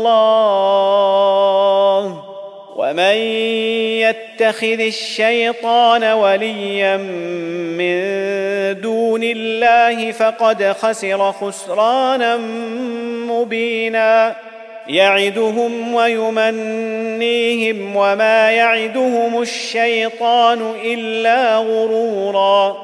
الله ومن يتخذ الشيطان وليا من دون الله فقد خسر خسرانا مبينا يعدهم ويمنيهم وما يعدهم الشيطان إلا غرورا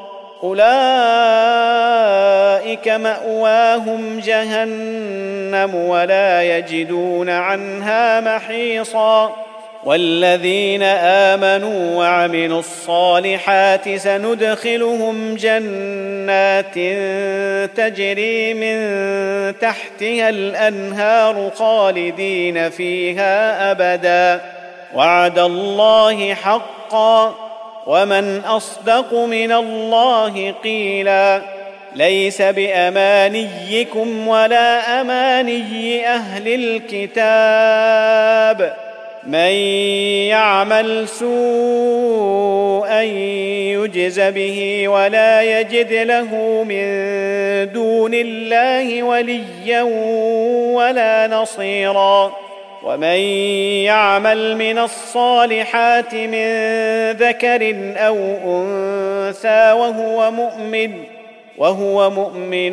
أولئك مأواهم جهنم ولا يجدون عنها محيصا والذين آمنوا وعملوا الصالحات سندخلهم جنات تجري من تحتها الأنهار خالدين فيها أبدا وعد الله حقا ومن أصدق من الله قيلا ليس بأمانيكم ولا أماني أهل الكتاب من يعمل سوءا يجز به ولا يجد له من دون الله وليا ولا نصيرا ومن يعمل من الصالحات من ذكر أو أنثى وهو مؤمن وهو مؤمن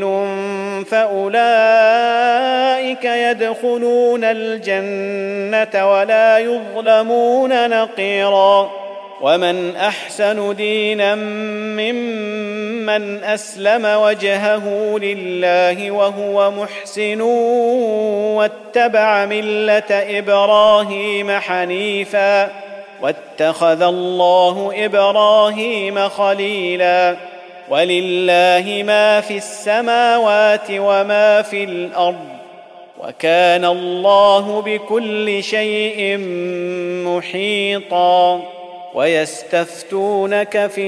فأولئك يدخلون الجنة ولا يظلمون نقيرا ومن أحسن دينا ممن أسلم وجهه لله وهو محسن واتبع ملة إبراهيم حنيفا واتخذ الله إبراهيم خليلا ولله ما في السماوات وما في الأرض وكان الله بكل شيء محيطا ويستفتونك في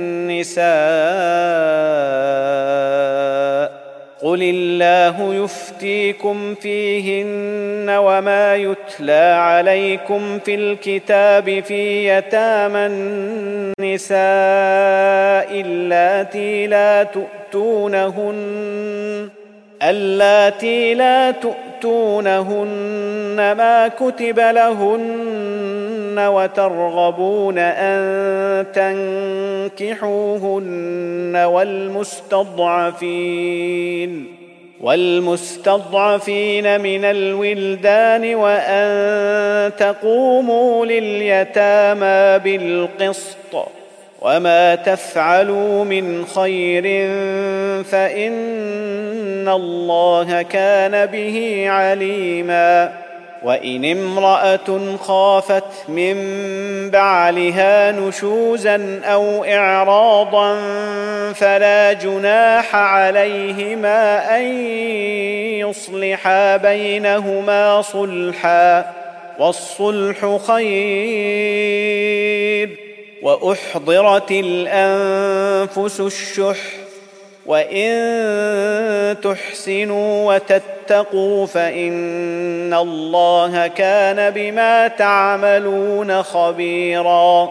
النساء قل الله يفتيكم فيهن وما يتلى عليكم في الكتاب في يتامى النساء اللاتي لا تؤتونهن اللاتي لا تؤتونهن ما كتب لهن وترغبون أن تنكحوهن والمستضعفين والمستضعفين من الولدان وأن تقوموا لليتامى بالقسط وما تفعلوا من خير فإن الله كان به عليما وإن امرأة خافت من بعلها نشوزا أو إعراضا فلا جناح عليهما أن يصلحا بينهما صلحا والصلح خير وأحضرت الأنفس الشح وإن تحسنوا وتتقوا فإن الله كان بما تعملون خبيرا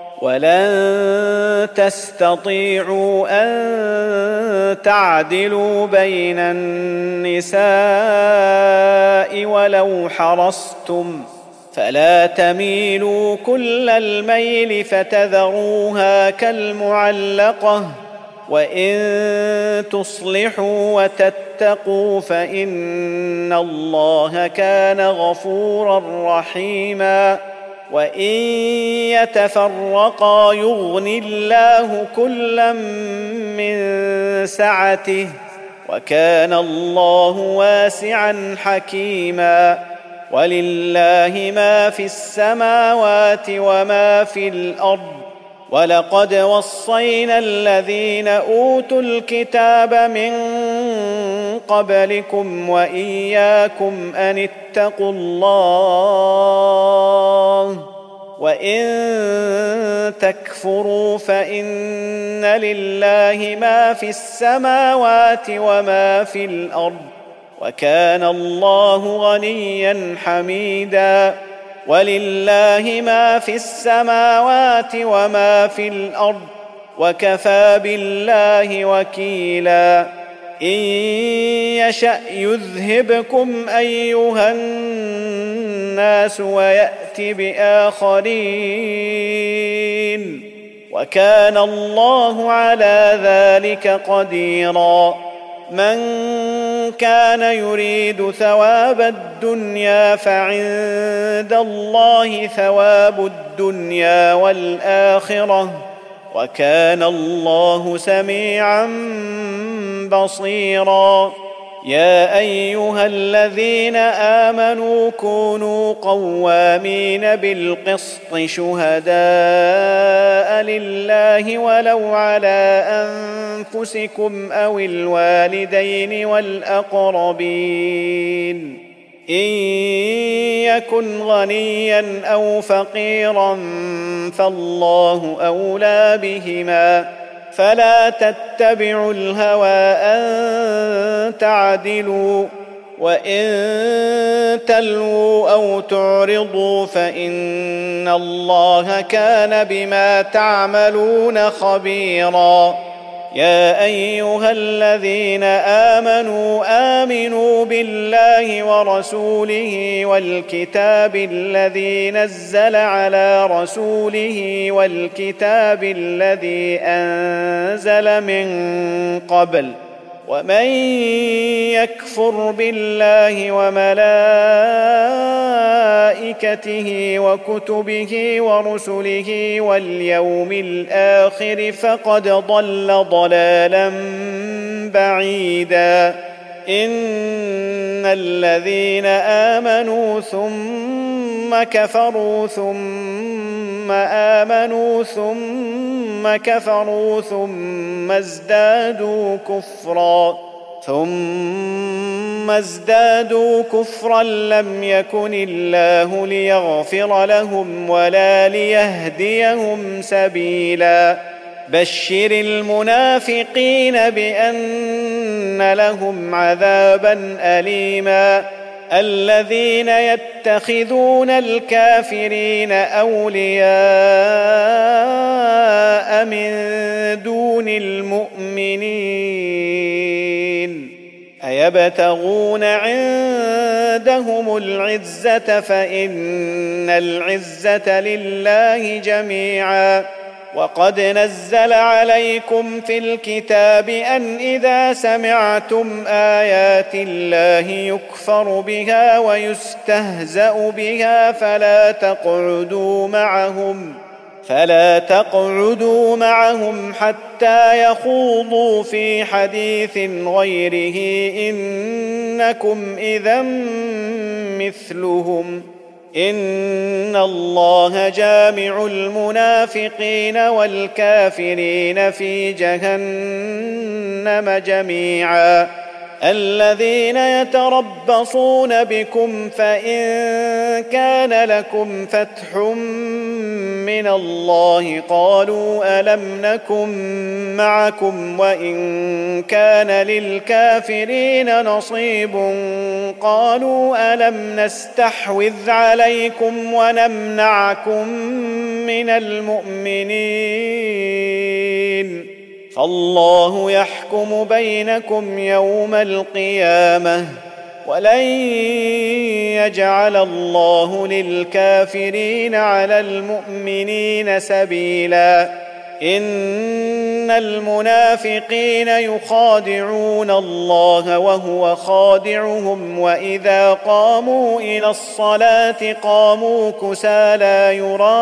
ولن تستطيعوا أن تعدلوا بين النساء ولو حرصتم فلا تميلوا كل الميل فتذروها كالمعلقة وإن تصلحوا وتتقوا فإن الله كان غفورا رحيما وإن يتفرقا يغن الله كلا من سعته وكان الله واسعا حكيما ولله ما في السماوات وما في الأرض ولقد وصينا الذين أوتوا الكتاب من قبلكم وإياكم أن اتقوا الله وإن تكفروا فإن لله ما في السماوات وما في الأرض وكان الله غنيا حميدا ولله ما في السماوات وما في الأرض وكفى بالله وكيلا إن يشأ يذهبكم أيها الناس ويأت بآخرين وكان الله على ذلك قديرا من كان يريد ثواب الدنيا فعند الله ثواب الدنيا والآخرة وكان الله سميعا بصيرا يا أيها الذين آمنوا كونوا قوامين بالقسط شهداء لله ولو على أنفسكم أو الوالدين والأقربين إن يكن غنيا أو فقيرا فالله أولى بهما فلا تتبعوا الهوى أن تعدلوا وإن تلووا أو تعرضوا فإن الله كان بما تعملون خبيرا يا أيها الذين آمنوا آمنوا بالله ورسوله والكتاب الذي نزل على رسوله والكتاب الذي أنزل من قبل ومن يكفر بالله وملائكته وكتبه ورسله واليوم الآخر فقد ضل ضلالا بعيدا إن الذين آمنوا ثم كفروا ثم آمنوا ثم كفروا ثم ازدادوا كفرا ثم ازدادوا كفرا لم يكن الله ليغفر لهم ولا ليهديهم سبيلا بشر المنافقين بأن لهم عذابا أليما الذين يتخذون الكافرين أولياء من دون المؤمنين أيبتغون عندهم العزة فإن العزة لله جميعا وقد نزل عليكم في الكتاب أن إذا سمعتم آيات الله يكفر بها ويستهزأ بها فلا تقعدوا معهم فلا تقعدوا معهم حتى يخوضوا في حديث غيره إنكم إذا مثلهم إن الله جامع المنافقين والكافرين في جهنم جميعا الذين يتربصون بكم فإن كان لكم فتح من الله قالوا ألم نكن معكم وإن كان للكافرين نصيب قالوا ألم نستحوذ عليكم ونمنعكم من المؤمنين فالله يحكم بينكم يوم القيامة ولن يجعل الله للكافرين على المؤمنين سبيلا إن المنافقين يخادعون الله وهو خادعهم وإذا قاموا إلى الصلاة قاموا كسالى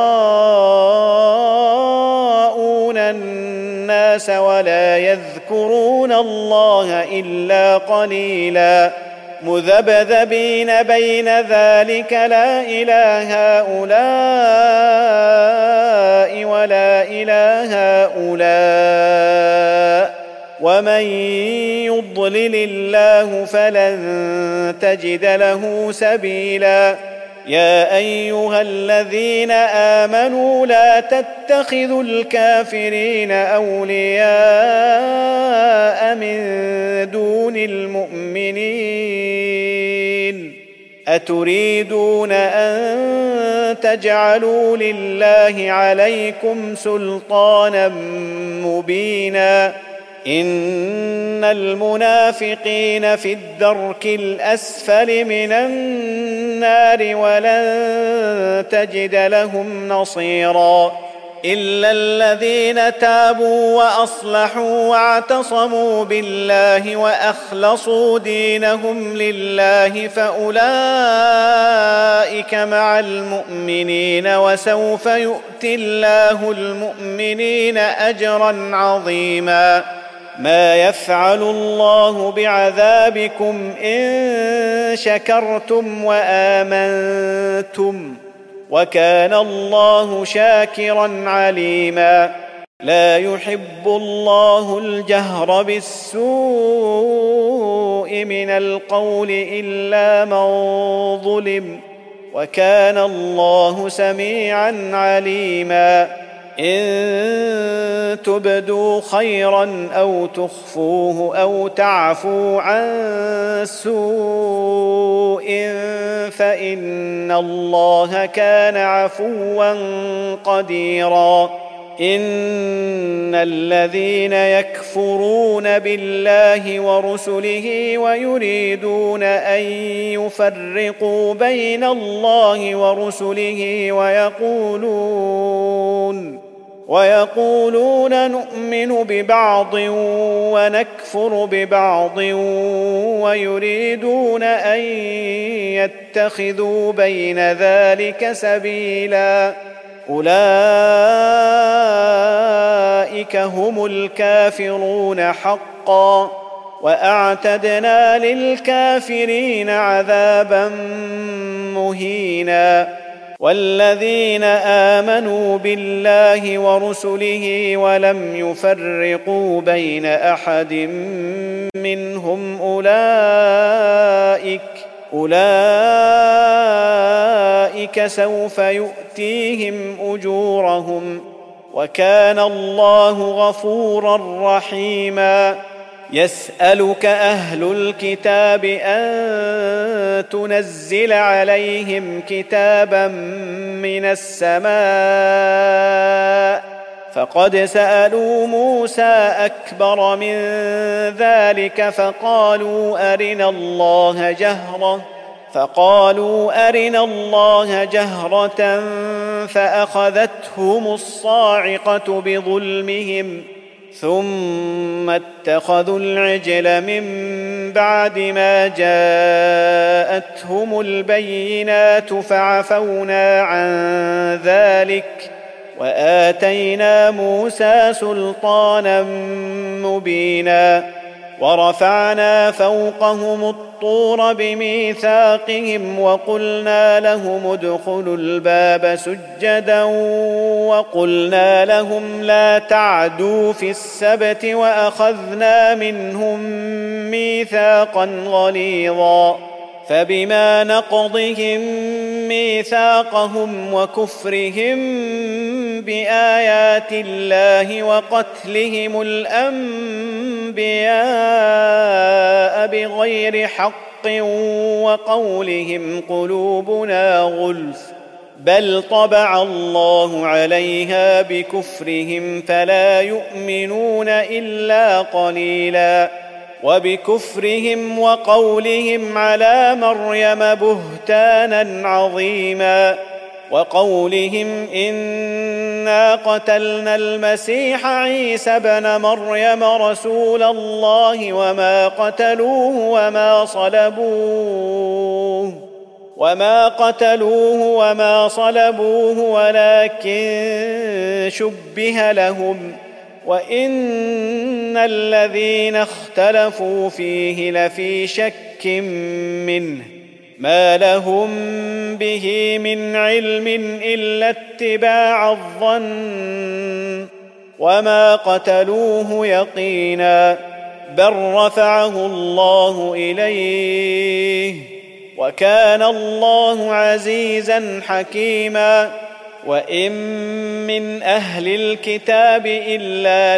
يراءون الناس ولا يذكرون الله إلا قليلا مذبذبين بين ذلك لا إله هؤلاء ولا إله هؤلاء ومن يضلل الله فلن تجد له سبيلا يا أيها الذين آمنوا لا تتخذوا الكافرين أولياء من دون المؤمنين أتريدون أن تجعلوا لله عليكم سلطانا مبينا إن المنافقين في الدرك الأسفل من النار ولن تجد لهم نصيرا إلا الذين تابوا وأصلحوا واعتصموا بالله وأخلصوا دينهم لله فأولئك مع المؤمنين وسوف يؤتي الله المؤمنين أجرا عظيما ما يفعل الله بعذابكم إن شكرتم وآمنتم وكان الله شاكرا عليما لا يحب الله الجهر بالسوء من القول إلا من ظلم وكان الله سميعا عليما إن تبدوا خيرا أو تخفوه أو تعفوا عن سوء فإن الله كان عفوا قديرا إن الذين يكفرون بالله ورسله ويريدون أن يفرقوا بين الله ورسله ويقولون ويقولون نؤمن ببعض ونكفر ببعض ويريدون أن يتخذوا بين ذلك سبيلا أولئك هم الكافرون حقا وأعتدنا للكافرين عذابا مهينا والذين آمنوا بالله ورسله ولم يفرقوا بين أحد منهم أولئك أولئك سوف يؤتيهم أجورهم وكان الله غفورا رحيما يسألك أهل الكتاب أن تنزل عليهم كتابا من السماء فقد سألوا موسى أكبر من ذلك فقالوا أرنا الله جهرة فقالوا أرنا الله جهرة فأخذتهم الصاعقة بظلمهم ثم اتخذوا العجل من بعد ما جاءتهم البينات فعفونا عن ذلك وآتينا موسى سلطانا مبينا ورفعنا فوقهم الطور بميثاقهم وقلنا لهم ادخلوا الباب سجدا وقلنا لهم لا تعدوا في السبت وأخذنا منهم ميثاقا غليظا فبما نقضهم ميثاقهم وكفرهم بآيات الله وقتلهم الأنبياء بغير حق وقولهم قلوبنا غلف بل طبع الله عليها بكفرهم فلا يؤمنون إلا قليلا وبكفرهم وقولهم على مريم بهتانا عظيما، وقولهم إنا قتلنا المسيح عيسى ابن مريم رسول الله وما قتلوه وما صلبوه وما قتلوه وما صلبوه ولكن شبه لهم، وإن الذين اختلفوا فيه لفي شك منه، ما لهم به من علم إلا اتباع الظن، وما قتلوه يقينا، بل رفعه الله إليه، وكان الله عزيزا حكيما. وإن من أهل الكتاب إلا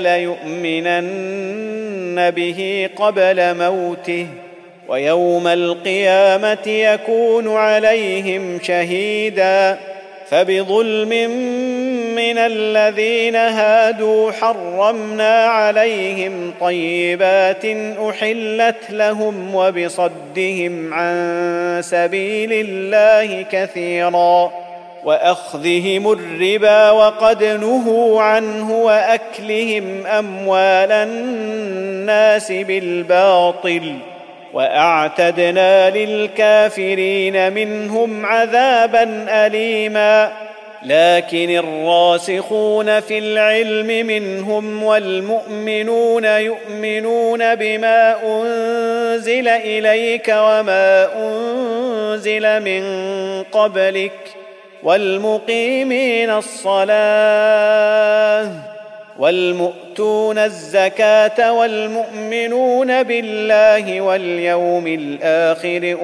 ليؤمنن به قبل موته، ويوم القيامة يكون عليهم شهيدا. فبظلم من الذين هادوا حرمنا عليهم طيبات أحلت لهم وبصدهم عن سبيل الله كثيرا، وأخذهم الربا وقد نهوا عنه وأكلهم أموال الناس بالباطل، وأعتدنا للكافرين منهم عذابا أليما. لكن الراسخون في العلم منهم والمؤمنون يؤمنون بما أنزل إليك وما أنزل من قبلك والمقيمين الصلاة والمؤتون الزكاة والمؤمنون بالله واليوم الآخر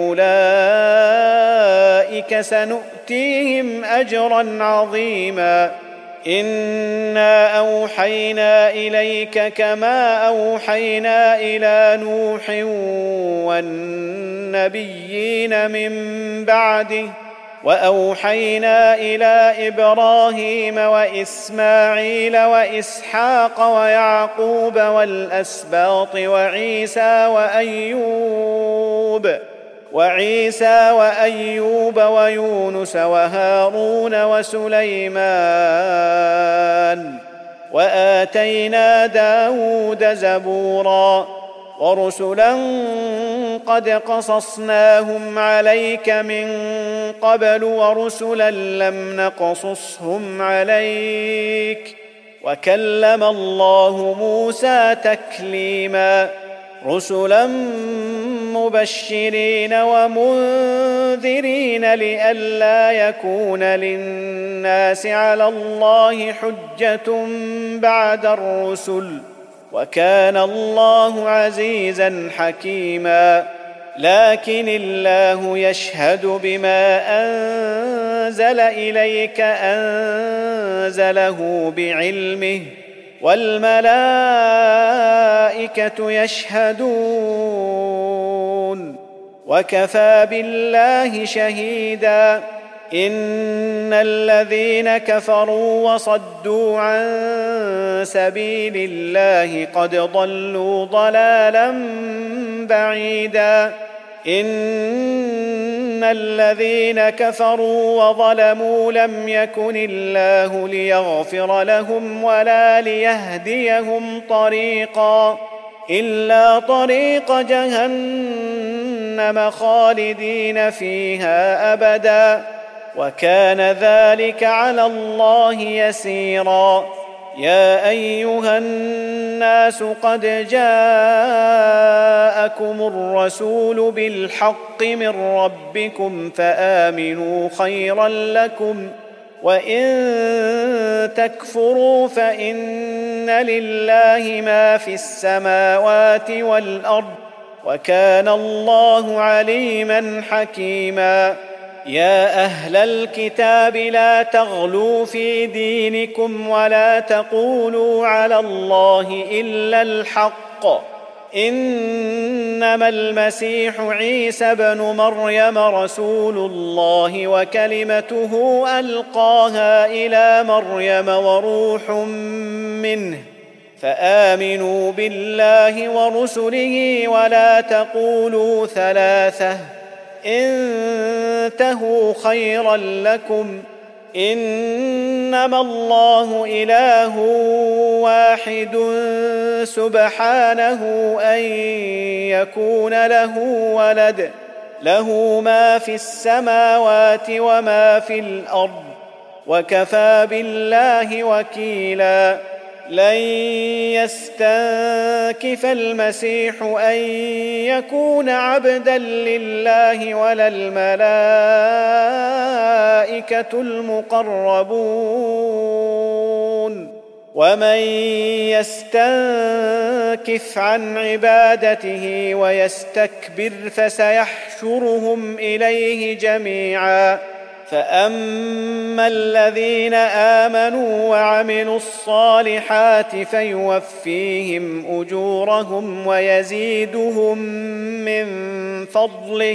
أولئك سنؤتيهم أجرا عظيما. إنا أوحينا إليك كما أوحينا إلى نوح والنبيين من بعده، وأوحينا إلى إبراهيم وإسماعيل وإسحاق ويعقوب والأسباط وعيسى وأيوب وعيسى وأيوب ويونس وهارون وسليمان، وآتينا داود زبورا، ورسلا قد قصصناهم عليك من قبل ورسلا لم نقصصهم عليك، وكلم الله موسى تكليما. رسلا مبشرين ومنذرين لئلا يكون للناس على الله حجة بعد الرسل، وكان الله عزيزا حكيما. لكن الله يشهد بما أنزل إليك أنزله بعلمه، والملائكة يشهدون، وكفى بالله شهيدا. إن الذين كفروا وصدوا عن سبيل الله قد ضلوا ضلالا بعيدا. إن الذين كفروا وظلموا لم يكن الله ليغفر لهم ولا ليهديهم طريقا إلا طريق جهنم خالدين فيها أبدا، وكان ذلك على الله يسيرا. يا أيها الناس قد جاءكم الرسول بالحق من ربكم فآمنوا خيرا لكم، وإن تكفروا فإن لله ما في السماوات والأرض، وكان الله عليما حكيما. يا أهل الكتاب لا تغلوا في دينكم ولا تقولوا على الله إلا الحق، إنما المسيح عيسى بن مريم رسول الله وكلمته ألقاها إلى مريم وروح منه، فآمنوا بالله ورسله ولا تقولوا ثلاثة انتهوا خيرا لكم إنما الله إله واحد سبحانه أن يكون له ولد له ما في السماوات وما في الأرض وكفى بالله وكيلا لن يستنكف المسيح أن يكون عبدا لله ولا الملائكة المقربون ومن يستنكف عن عبادته ويستكبر فسيحشرهم إليه جميعا فأما الذين آمنوا وعملوا الصالحات فيوفيهم أجورهم ويزيدهم من فضله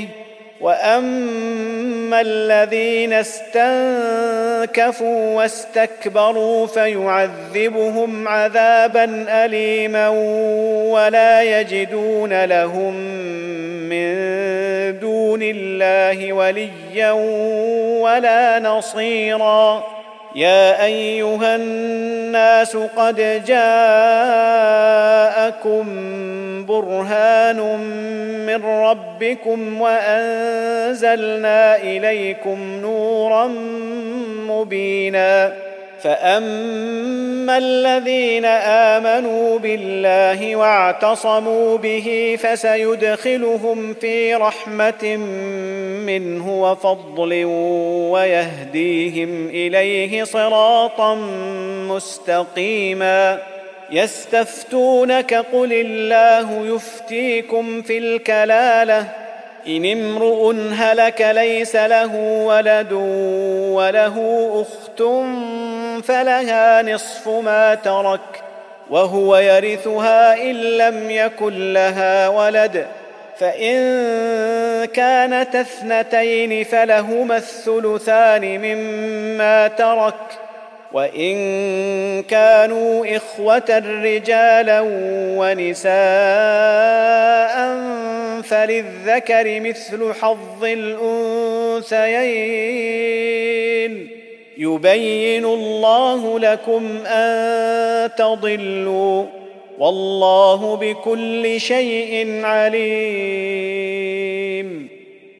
وأما الذين استنكفوا واستكبروا فيعذبهم عذابا أليما ولا يجدون لهم من دون الله وليا ولا نصيرا يا أيها الناس قد جاءكم برهان من ربكم وأنزلنا إليكم نورا مبينا فأما الذين آمنوا بالله واعتصموا به فسيدخلهم في رحمة منه وفضل ويهديهم إليه صراطا مستقيما يستفتونك قل الله يفتيكم في الكلالة إن امرؤ هلك ليس له ولد وله أخت فلها نصف ما ترك وهو يرثها إن لم يكن لها ولد فإن كانت اثنتين فلهما الثلثان مما ترك وإن كانوا إخوة رجالا ونساء فللذكر مثل حظ الأنثيين يبين الله لكم أن تضلوا والله بكل شيء عليم